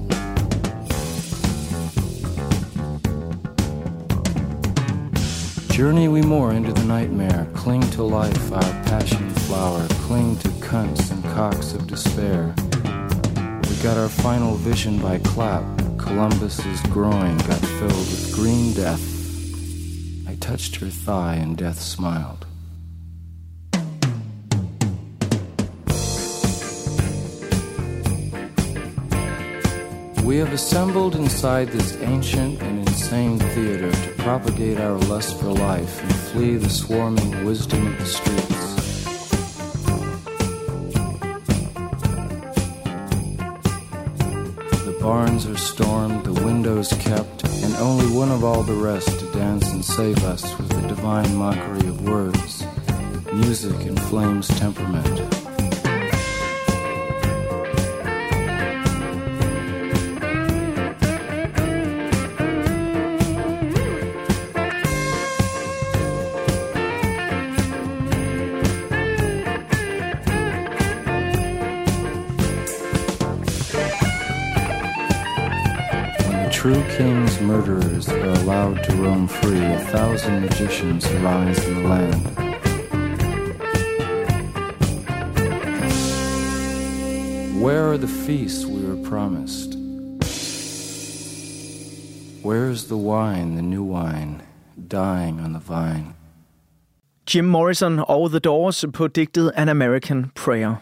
Journey we more into the nightmare, cling to life, our passion flower, cling to cunts and cocks of despair. We got our final vision by clap, Columbus's groin got filled with green death. I touched her thigh and death smiled. We have assembled inside this ancient and insane theater to propagate our lust for life and flee the swarming wisdom of the streets. The barns are stormed, the windows kept, and only one of all the rest to dance and save us with the divine mockery of words, music and flame's temperament. True king's murderers are allowed to roam free. A thousand magicians arise in the land. Where are the feasts we were promised? Where is the wine, the new wine, dying on the vine? Jim Morrison og The Doors på digtet An American Prayer.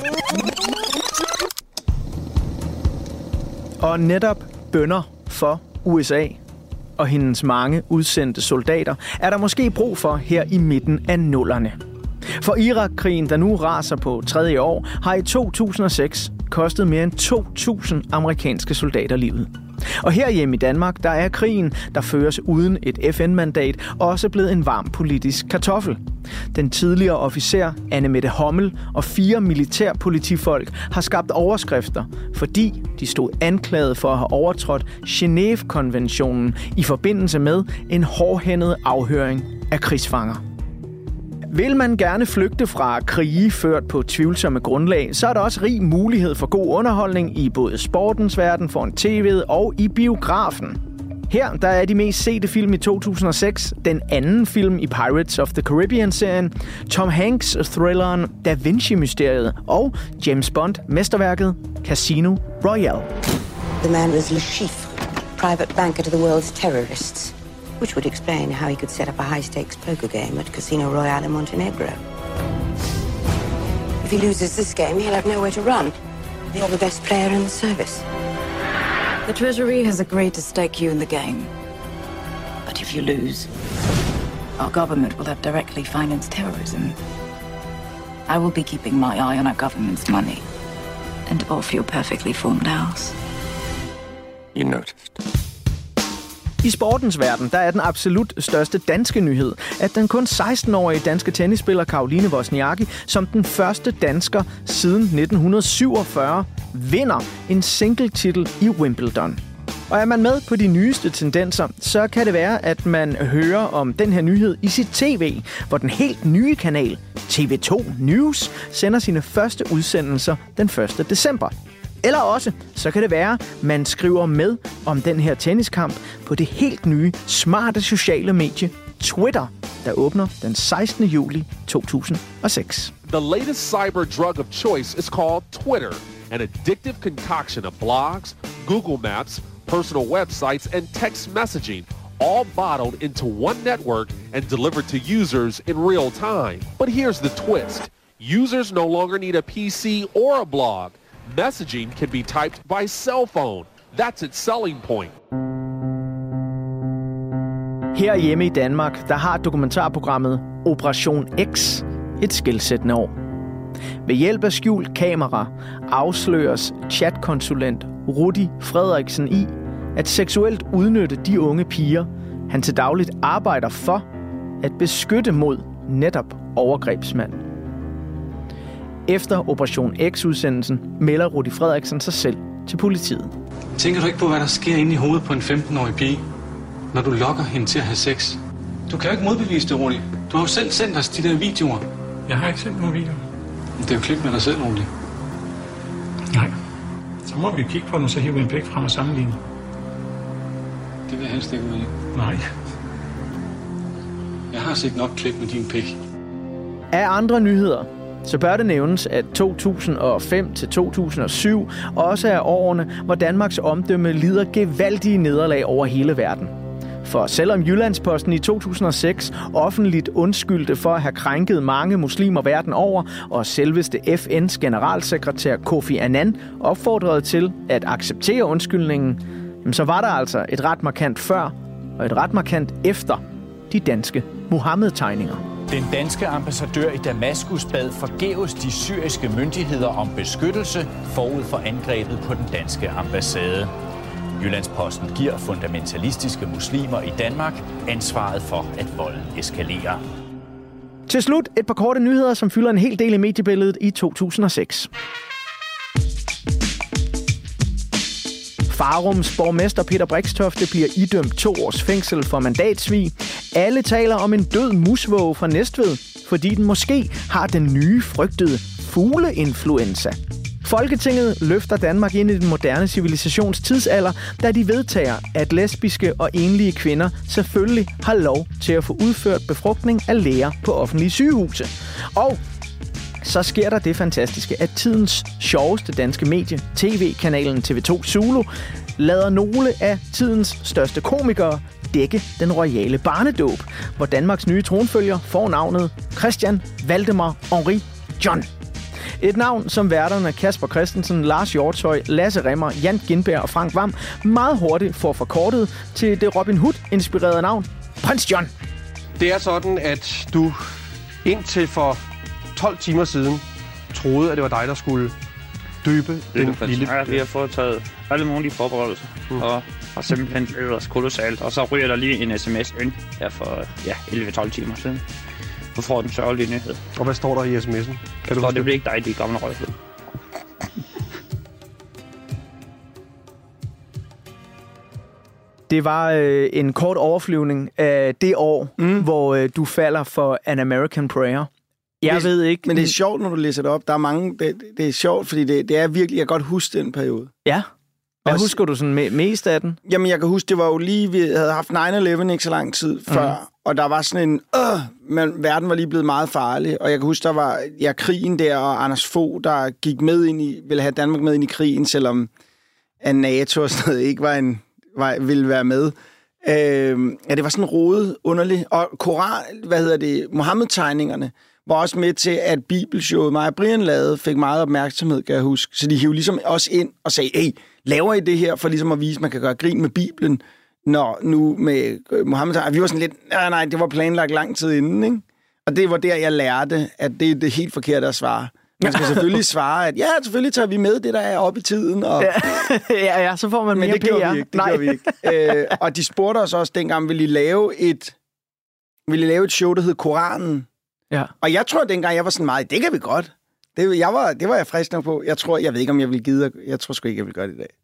Og netop bønner for U S A og hendes mange udsendte soldater er der måske brug for her i midten af nullerne. For Irak-krigen, der nu raser på tredje år, har i to tusind og seks kostet mere end to tusind amerikanske soldater livet. Og herhjemme i Danmark, der er krigen, der føres uden et F N-mandat, også blevet en varm politisk kartoffel. Den tidligere officer Anne Mette Hommel og fire militærpolitifolk har skabt overskrifter, fordi de stod anklaget for at have overtrådt Genève-konventionen i forbindelse med en hårdhændet afhøring af krigsfanger. Vil man gerne flygte fra krige ført på tvivlsomme grundlag, så er der også rig mulighed for god underholdning i både sportens verden, foran tv'et og i biografen. Her der er de mest sete film i to tusind og seks, den anden film i Pirates of the Caribbean-serien, Tom Hanks-thrilleren Da Vinci-mysteriet og James Bond-mesterværket Casino Royale. The man was Le Chiffre, private banker to the world's terrorists. Which would explain how he could set up a high-stakes poker game at Casino Royale in Montenegro. If he loses this game, he'll have nowhere to run. You're the best player in the service. The Treasury has agreed to stake you in the game. But if you lose, our government will have directly financed terrorism. I will be keeping my eye on our government's money and off your perfectly formed house. You noticed. I sportens verden, der er den absolut største danske nyhed, at den kun seksten-årige danske tennisspiller Caroline Wozniacki som den første dansker siden nitten syvogfyrre vinder en single-titel i Wimbledon. Og er man med på de nyeste tendenser, så kan det være, at man hører om den her nyhed i sit tv, hvor den helt nye kanal T V to News sender sine første udsendelser den første december. Eller også, så kan det være, man skriver med om den her tenniskamp på det helt nye, smarte sociale medie Twitter, der åbner den sekstende juli to tusind og seks. The latest cyber drug of choice is called Twitter, an addictive concoction of blogs, Google Maps, personal websites and text messaging, all bottled into one network and delivered to users in real time. But here's the twist. Users no longer need a P C or a blog. Messaging can be typed by cell phone. That's its selling point. Her hjemme i Danmark, der har dokumentarprogrammet Operation X et skelsættende år. Ved hjælp af skjult kamera afsløres chatkonsulent Rudi Frederiksen i at seksuelt udnytte de unge piger, han til dagligt arbejder for at beskytte mod netop overgrebsmanden. Efter Operation X-udsendelsen melder Rudi Frederiksen sig selv til politiet. Tænker du ikke på, hvad der sker inde i hovedet på en femten-årig pige, når du lokker hende til at have sex? Du kan jo ikke modbevise det, Rudi. Du har jo selv sendt os de der videoer. Jeg har ikke sendt nogen videoer. Det er jo klip med dig selv, Rudi. Nej. Så må vi kigge på den, så hiver vi en pæk frem og sammenligne. Det vil jeg helst ikke ud i. Nej. Jeg har set nok klip med din pæk. Af andre nyheder, så bør det nævnes, at to tusind og fem til to tusind og syv også er årene, hvor Danmarks omdømme lider gevaldige nederlag over hele verden. For selvom Jyllandsposten i to tusind og seks offentligt undskyldte for at have krænket mange muslimer verden over, og selveste F N's generalsekretær Kofi Annan opfordrede til at acceptere undskyldningen, så var der altså et ret markant før og et ret markant efter de danske Muhammed-tegninger. Den danske ambassadør i Damaskus bad forgæves de syriske myndigheder om beskyttelse forud for angrebet på den danske ambassade. Jyllandsposten giver fundamentalistiske muslimer i Danmark ansvaret for, at volden eskalerer. Til slut et par korte nyheder, som fylder en hel del i mediebilledet i to tusind og seks. Farums borgmester Peter Brixtofte bliver idømt to års fængsel for mandatsvig. Alle taler om en død musvåge fra Næstved, fordi den måske har den nye frygtede fugleinfluenza. Folketinget løfter Danmark ind i den moderne civilisations tidsalder, da de vedtager, at lesbiske og enlige kvinder selvfølgelig har lov til at få udført befrugtning af læger på offentlige sygehuse. Og så sker der det fantastiske, at tidens sjoveste danske medie, tv-kanalen T V to Zulu, lader nogle af tidens største komikere dække den royale barnedåb, hvor Danmarks nye tronfølger får navnet Christian Valdemar Henri John. Et navn, som værterne Kasper Christensen, Lars Hjortshøj, Lasse Rimmer, Jan Gindberg og Frank Hvam meget hurtigt får forkortet til det Robin Hood-inspirerede navn, Prins John. Det er sådan, at du indtil for tolv timer siden troede, at det var dig, der skulle døbe den lille... Ja, vi har foretaget alle mulige forberedelser, mm. og har simpelthen løbet os kolossalt. Og så ryger der lige en sms ind her for ja, elleve tolv timer siden. Du får den sørgelige nyhed. Og hvad står der i sms'en? Kan du det bliver ikke dig, de gamle røghed. Det var øh, en kort overflyvning af det år, mm. hvor øh, du falder for An American Prayer. Jeg det, ved ikke... Men det er sjovt, når du læser det op. Der er mange... Det, det er sjovt, fordi det, det er virkelig... Jeg kan godt huske den periode. Ja. Hvad Også, husker du sådan me- mest af den? Jamen, jeg kan huske, det var jo lige... Vi havde haft nine eleven ikke så lang tid før, mm. og der var sådan en... Øh, men verden var lige blevet meget farlig, og jeg kan huske, der var ja, krigen der, og Anders Fogh, der gik med ind i... ville have Danmark med ind i krigen, selvom at NATO og sådan noget ikke var en, var, ville være med. Øh, ja, det var sådan rodet, underligt. Og Koran... Hvad hedder det? Mohammed-tegningerne var også med til, at Bibelshowet, mig og Brian lavede, fik meget opmærksomhed, kan jeg huske. Så de hivede ligesom også ind og sagde, hey, laver I det her for ligesom at vise, at man kan gøre grin med Bibelen, når nu med Mohammed. Vi var sådan lidt, nej, nej, det var planlagt lang tid inden, ikke? Og det var der, jeg lærte, at det er det helt forkerte at svare. Man skal selvfølgelig svare, at ja, selvfølgelig tager vi med det, der er oppe i tiden. Og... Ja, ja, ja, så får man mere Men det P R. gjorde vi ikke, det gjorde vi ikke. Øh, og de spurgte os også dengang, ville I lave et, ville I lave et show, der hed Koranen? Ja. Og jeg tror, at dengang jeg var sådan meget, det kan vi godt. Det, jeg var, det var jeg frisk nok på. Jeg tror, jeg ved ikke, om jeg vil gide. Jeg tror sgu ikke, jeg vil gøre det i dag.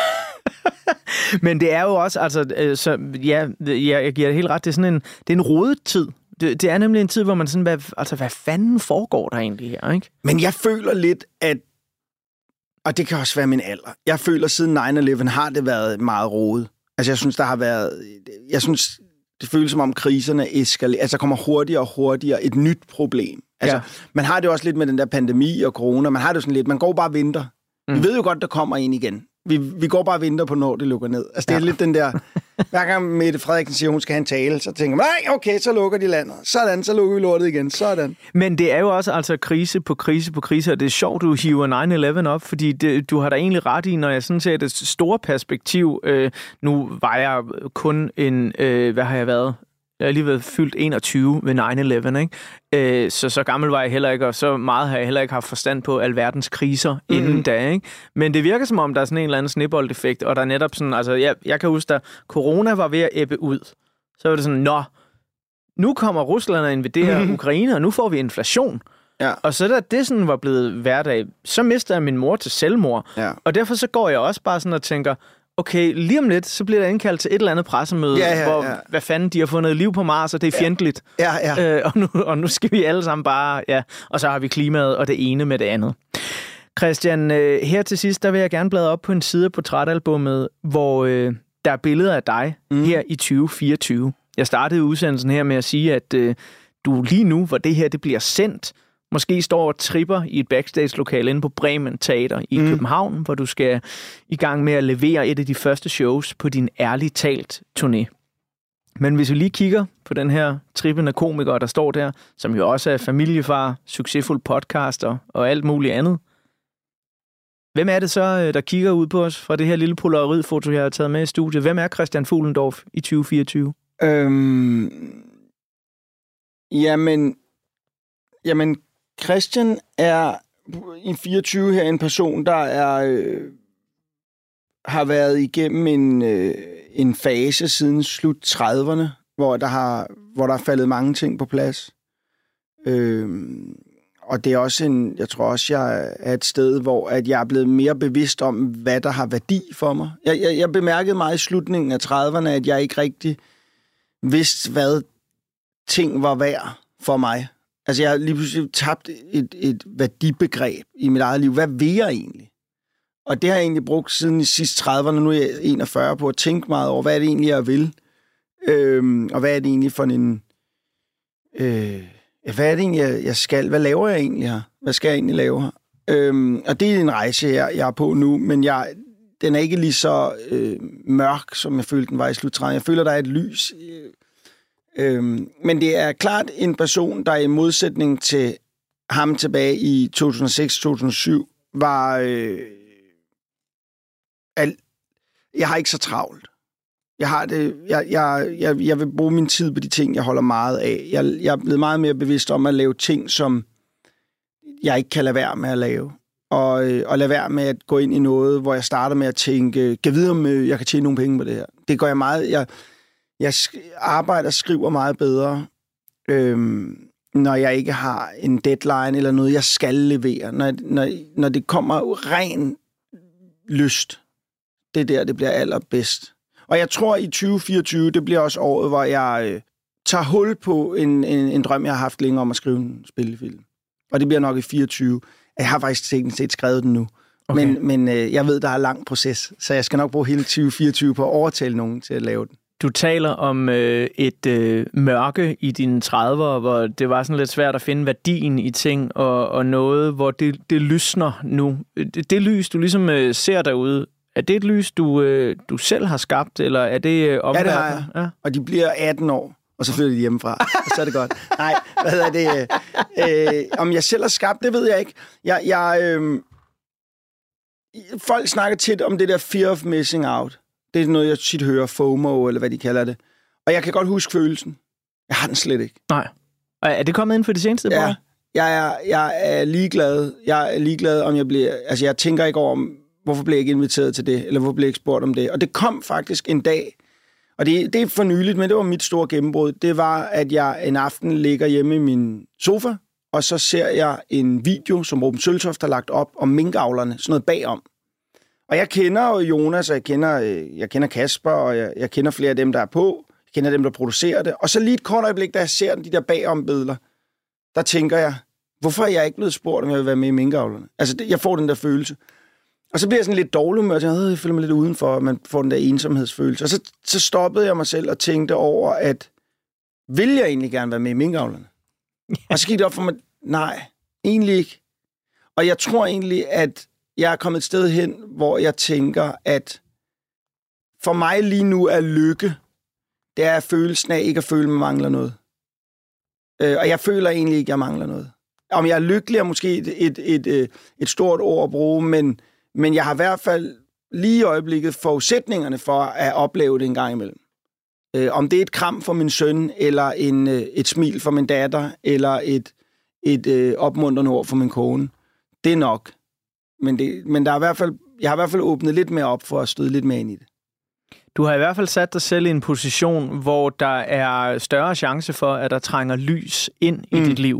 Men det er jo også, altså, øh, så, ja, jeg, jeg giver det helt ret, det er sådan en, det er en rodet tid. Det, det er nemlig en tid, hvor man sådan, hvad, altså, hvad fanden foregår der egentlig her, ikke? Men jeg føler lidt, at, og det kan også være min alder, jeg føler, siden nine eleven har det været meget rodet. Altså, jeg synes, der har været, jeg synes, det føles som om kriserne eskalerer, altså, der kommer hurtigere og hurtigere et nyt problem. Altså, ja. Man har det også lidt med den der pandemi og corona, man har det sådan lidt, man går bare og venter. Mm. Vi ved jo godt, der kommer en igen. Vi, vi går bare og venter på, når det lukker ned. Altså, det er ja. lidt den der... Hver gang Mette Frederiksen siger, hun skal have en tale, så tænker man, nej, okay, så lukker de landet. Sådan, så lukker vi lortet igen. Sådan. Men det er jo også altså krise på krise på krise, og det er sjovt, du hiver nine eleven op, fordi det, du har da egentlig ret i, når jeg sådan ser det store perspektiv. Øh, nu var jeg kun en... Øh, hvad har jeg været? Jeg har lige været fyldt enogtyve ved nine eleven, ikke? Øh, så så gammel var jeg heller ikke, og så meget har jeg heller ikke haft forstand på alverdens kriser mm-hmm. inden da, ikke? Men det virker som om, der er sådan en eller anden sneboldeffekt, og der er netop sådan, altså jeg, jeg kan huske, da corona var ved at ebbe ud, så var det sådan, nå, nu kommer Rusland og invaderer mm-hmm. Ukraine, og nu får vi inflation. Ja. Og så da det sådan var blevet hverdag, så mister jeg min mor til selvmord. Ja. Og derfor så går jeg også bare sådan og tænker, okay, lige om lidt, så bliver der indkaldt til et eller andet pressemøde, ja, ja, hvor, ja. hvad fanden, de har fundet liv på Mars, og det er fjendtligt. Ja, ja. Øh, og, nu, og nu skal vi alle sammen bare, ja, og så har vi klimaet og det ene med det andet. Christian, øh, her til sidst, der vil jeg gerne bladre op på en side af portrætalbummet, hvor øh, der er billeder af dig mm. her i tyve fireogtyve. Jeg startede udsendelsen her med at sige, at øh, du lige nu, hvor det her det bliver sendt, måske står og tripper i et backstage-lokale inde på Bremen Teater i mm. København, hvor du skal i gang med at levere et af de første shows på din ærligt talt turné. Men hvis vi lige kigger på den her trippende komiker, der står der, som jo også er familiefar, succesfuld podcaster og alt muligt andet. Hvem er det så, der kigger ud på os fra det her lille polaroidfoto, jeg har taget med i studiet? Hvem er Christian Fuhlendorf i tyve fireogtyve? Øhm, jamen, jamen, Christian er i fireogtyve her en person, der er øh, har været igennem en, øh, en fase siden slut trediverne, hvor der har hvor der er faldet mange ting på plads. Øhm, og det er også en, jeg tror også, jeg er et sted, hvor at jeg er blevet mere bevidst om, hvad der har værdi for mig. Jeg, jeg, jeg bemærkede meget i slutningen af trediverne, at jeg ikke rigtig vidste, hvad ting var værd for mig. Altså, jeg har lige pludselig tabt et, et værdibegreb i mit eget liv. Hvad vil jeg egentlig? Og det har jeg egentlig brugt siden i sidste trediverne, nu er jeg enogfyrre, på at tænke meget over, hvad er det egentlig, jeg vil? Øhm, og hvad er det egentlig for en... Øh, hvad er det egentlig, jeg skal? Hvad laver jeg egentlig her? Hvad skal jeg egentlig lave her? Øhm, og det er en rejse, jeg, jeg er på nu, men jeg, den er ikke lige så øh, mørk, som jeg følte, den var i slut trediverne. Jeg føler, der er et lys... Øh, Øhm, men det er klart en person, der i modsætning til ham tilbage i to tusind og seks til to tusind og syv, var... Øh, al, jeg har ikke så travlt. Jeg, har det, jeg, jeg, jeg, jeg vil bruge min tid på de ting, jeg holder meget af. Jeg, jeg er blevet meget mere bevidst om at lave ting, som jeg ikke kan lade være med at lave. Og, øh, og lade være med at gå ind i noget, hvor jeg starter med at tænke, kan vide, om jeg kan tjene nogle penge på det her. Det gør jeg meget... Jeg, Jeg arbejder og skriver meget bedre, øhm, når jeg ikke har en deadline eller noget, jeg skal levere. Når, når, når det kommer ren lyst, det er der, det bliver allerbedst. Og jeg tror, i tyve fireogtyve, det bliver også året, hvor jeg øh, tager hul på en, en, en drøm, jeg har haft længe om at skrive en spillefilm. Og det bliver nok i fireogtyve. Jeg har faktisk teknisk set skrevet den nu. Okay. Men, men øh, jeg ved, der er en lang proces, så jeg skal nok bruge hele tyve fireogtyve på at overtale nogen til at lave den. Du taler om øh, et øh, mørke i dine tredivere, hvor det var sådan lidt svært at finde værdien i ting, og, og noget, hvor det, det lysner nu. Det, det lys, du ligesom øh, ser derude, er det et lys, du, øh, du selv har skabt, eller er det øh, omverdenen? Ja, det har jeg. Ja. Og de bliver atten år, og så flytter de hjemmefra, og så er det godt. Nej, hvad hedder det? Øh, om jeg selv har skabt, det ved jeg ikke. Jeg, jeg, øh, folk snakker tit om det der fear of missing out. Det er noget, jeg tit hører, FOMO, eller hvad de kalder det. Og jeg kan godt huske følelsen. Jeg har den slet ikke. Nej. Er det kommet ind for det seneste? Ja. Jeg er, jeg er ligeglad. Jeg er ligeglad, om jeg bliver... Altså, jeg tænker ikke over, hvorfor blev jeg ikke inviteret til det, eller hvorfor blev jeg ikke spurgt om det. Og det kom faktisk en dag, og det, det er for nyligt, men det var mit store gennembrud. Det var, at jeg en aften ligger hjemme i min sofa, og så ser jeg en video, som Ruben Søltoft har lagt op, om minkavlerne, sådan noget bagom. Og jeg kender Jonas, og jeg kender, jeg kender Kasper, og jeg, jeg kender flere af dem, der er på. Jeg kender dem, der producerer det. Og så lige et kort øjeblik, da jeg ser de der bagombilleder, der tænker jeg, hvorfor er jeg ikke blevet spurgt, om jeg vil være med i minkavlerne? Altså, det, jeg får den der følelse. Og så bliver jeg sådan lidt dårlig med, at jeg, jeg føler mig lidt udenfor, og man får den der ensomhedsfølelse. Og så, så stoppede jeg mig selv og tænkte over, at vil jeg egentlig gerne være med i minkavlerne? Og så gik det op for mig, nej, egentlig ikke. Og jeg tror egentlig, at jeg er kommet et sted hen, hvor jeg tænker, at for mig lige nu er lykke, det er følelsen af ikke at føle, at man mangler noget. Øh, og jeg føler egentlig ikke, at jeg mangler noget. Om jeg er lykkelig er måske et, et, et, et, et stort ord at bruge, men, men jeg har i hvert fald lige i øjeblikket forudsætningerne for at opleve det en gang imellem. Øh, om det er et kram for min søn, eller en, et smil for min datter, eller et, et øh, opmuntrende ord for min kone, det er nok. Men, det, men der er i hvert fald, jeg har i hvert fald åbnet lidt mere op for at støde lidt mere ind i det. Du har i hvert fald sat dig selv i en position, hvor der er større chance for, at der trænger lys ind i mm. dit liv.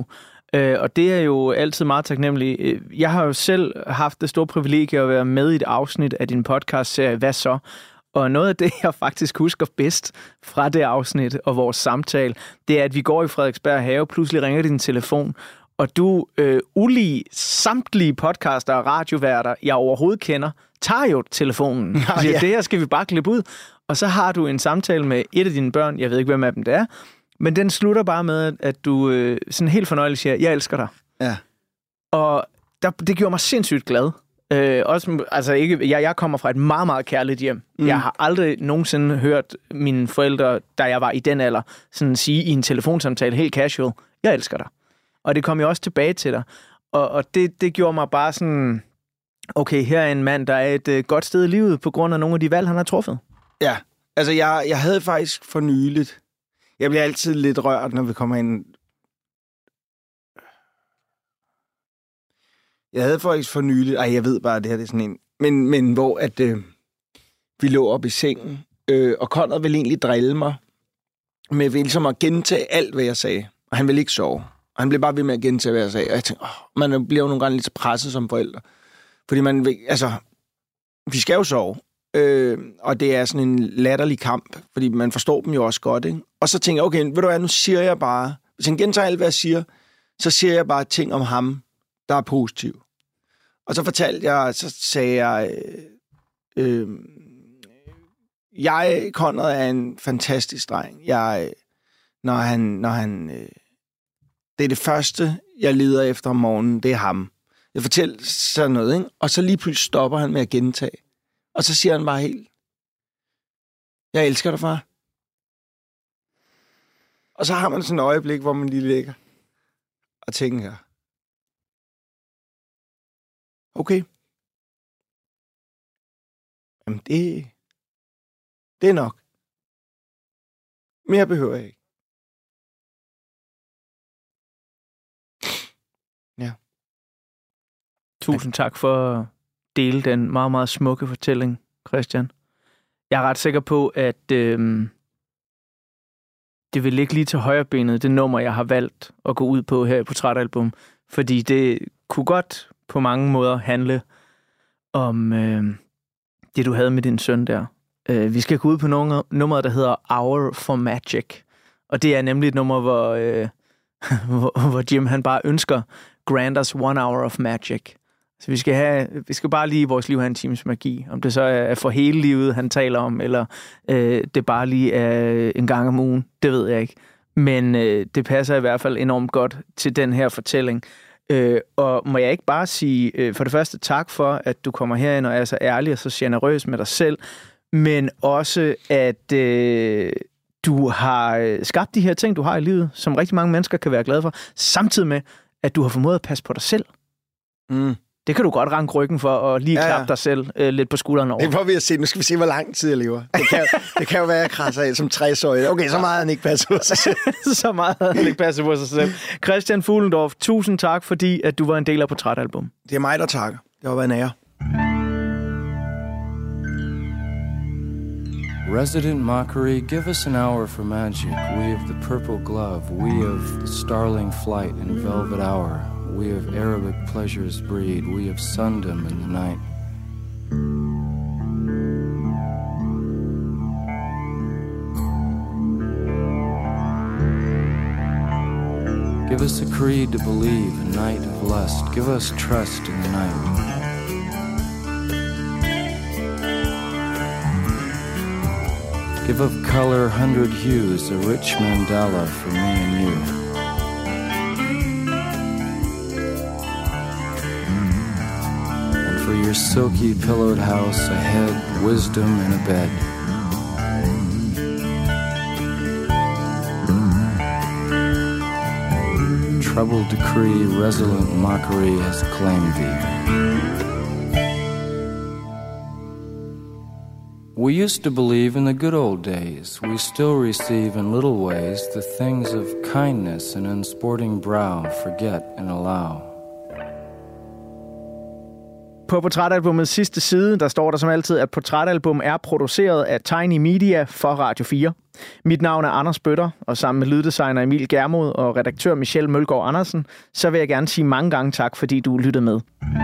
Øh, og det er jo altid meget taknemmeligt. Jeg har jo selv haft det store privilegie at være med i et afsnit af din podcast-serie Hvad så? Og noget af det, jeg faktisk husker bedst fra det afsnit og vores samtale, det er, at vi går i Frederiksberg Have, pludselig ringer din telefon, og du, øh, ulige samtlige podcaster og radioværter, jeg overhovedet kender, tager jo telefonen. Nå, siger, ja. det her skal vi bare klippe ud. Og så har du en samtale med et af dine børn, jeg ved ikke, hvem af dem det er, men den slutter bare med, at du øh, sådan helt fornøjeligt siger, jeg elsker dig. Ja. Og der, det gjorde mig sindssygt glad. Øh, også, altså ikke, jeg, jeg kommer fra et meget, meget kærligt hjem. Mm. Jeg har aldrig nogensinde hørt mine forældre, da jeg var i den alder, sådan sige i en telefonsamtale helt casual, jeg elsker dig. Og det kom jo også tilbage til dig. Og, og det, det gjorde mig bare sådan, okay, her er en mand, der er et øh, godt sted i livet, på grund af nogle af de valg, han har truffet. Ja, altså jeg, jeg havde faktisk for nyligt, jeg bliver altid lidt rørt, når vi kommer ind. Jeg havde faktisk for nyligt, ej, jeg ved bare, at det her det er sådan en, men, men hvor at øh, vi lå op i sengen, øh, og Conrad ville egentlig drille mig, med ligesom at gentage alt, hvad jeg sagde. Og han ville ikke sove. Og han blev bare ved med at gentage, hvad jeg sagde. Og jeg tænkte, åh, man bliver jo nogle gange lidt presset som forældre. Fordi man vil, altså, vi skal jo sove. Øh, og det er sådan en latterlig kamp, fordi man forstår dem jo også godt, ikke? Og så tænker jeg, okay, ved du hvad, nu siger jeg bare, hvis han gentager alt, hvad jeg siger, så siger jeg bare ting om ham, der er positiv. Og så fortalte jeg, så sagde jeg, øh, øh, jeg, Conrad, er en fantastisk dreng. Jeg, når han, når han, øh, det er det første, jeg leder efter om morgenen, det er ham. Jeg fortæller sådan noget, ikke? Og så lige pludselig stopper han med at gentage. Og så siger han bare helt, jeg elsker dig, far. Og så har man sådan et øjeblik, hvor man lige ligger og tænker, okay. Jamen, det, det er nok. Mere behøver jeg ikke. Ja. Tusind tak for at dele den meget, meget smukke fortælling, Christian. Jeg er ret sikker på, at øh, det vil ligge lige til højre benet, det nummer, jeg har valgt at gå ud på her i Portrætalbum, fordi det kunne godt på mange måder handle om øh, det, du havde med din søn der. Øh, vi skal gå ud på nummer, nummeret, der hedder Hour for Magic. Og det er nemlig et nummer, hvor, øh, hvor, hvor Jim han bare ønsker grant us one hour of magic. Så vi skal, have, vi skal bare lige i vores liv have en times magi. Om det så er for hele livet, han taler om, eller øh, det bare lige er en gang om ugen, det ved jeg ikke. Men øh, det passer i hvert fald enormt godt til den her fortælling. Øh, og må jeg ikke bare sige, øh, for det første tak for, at du kommer herind og er så ærlig og så generøs med dig selv, men også, at øh, du har skabt de her ting, du har i livet, som rigtig mange mennesker kan være glade for, samtidig med, at du har formået at passe på dig selv. Mm. Det kan du godt ranke ryggen for, og lige ja, ja. klappe dig selv øh, lidt på skulderen over. Det får vi at se. Nu skal vi se, hvor lang tid jeg lever. Det kan, det kan jo være, at jeg krasser af som tres-årig. Okay, så meget har han ikke passet på sig selv. Så meget har han ikke passet på sig selv. Christian Fuhlendorf, tusind tak, fordi at du var en del af Portrætalbum. Det er mig, der takker. Det har været en ære. Resident Mockery, give us an hour for magic. We of the purple glove, we of the starling flight and velvet hour. We of Arabic pleasures breed, we of sundom in the night. Give us a creed to believe, a night of lust. Give us trust in the night. Give of color hundred hues, a rich mandala for me and you. And for your silky pillowed house, a head, wisdom, and a bed. Troubled decree, resolute mockery has claimed thee. We used to believe in the good old days. We still receive in little ways the things of kindness and unsporting brow forget and allow. På portrætalbumets sidste side, der står der som altid, at portrætalbum er produceret af Tiny Media for Radio fire. Mit navn er Anders Bøtter, og sammen med lyddesigner Emil Germod og redaktør Michelle Mølgaard Andersen, så vil jeg gerne sige mange gange tak, fordi du lyttede med.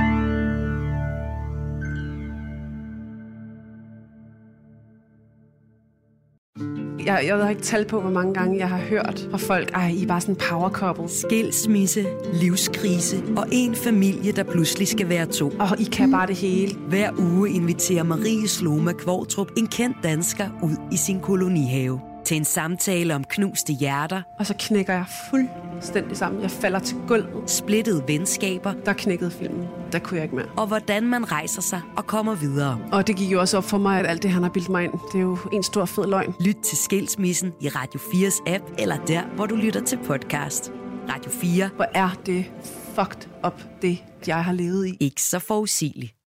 Jeg, jeg har ikke talt på, hvor mange gange jeg har hørt fra folk, ej, I er bare sådan en power couple. Skilsmisse, livskrise og en familie, der pludselig skal være to. Og I kan bare det hele. Hver uge inviterer Marie Sloma Kvortrup en kendt dansker ud i sin kolonihave til en samtale om knuste hjerter. Og så knækker jeg fuldstændig sammen. Jeg falder til gulvet. Splittede venskaber. Der knækkede filmen. Der kunne jeg ikke mere. Og hvordan man rejser sig og kommer videre. Og det gik jo også op for mig, at alt det, han har bildt mig ind, det er jo en stor fed løgn. Lyt til Skilsmissen i Radio fires app, eller der, hvor du lytter til podcast. Radio fire. Hvor er det fucked up, det jeg har levet i. Ikke så forudsigeligt.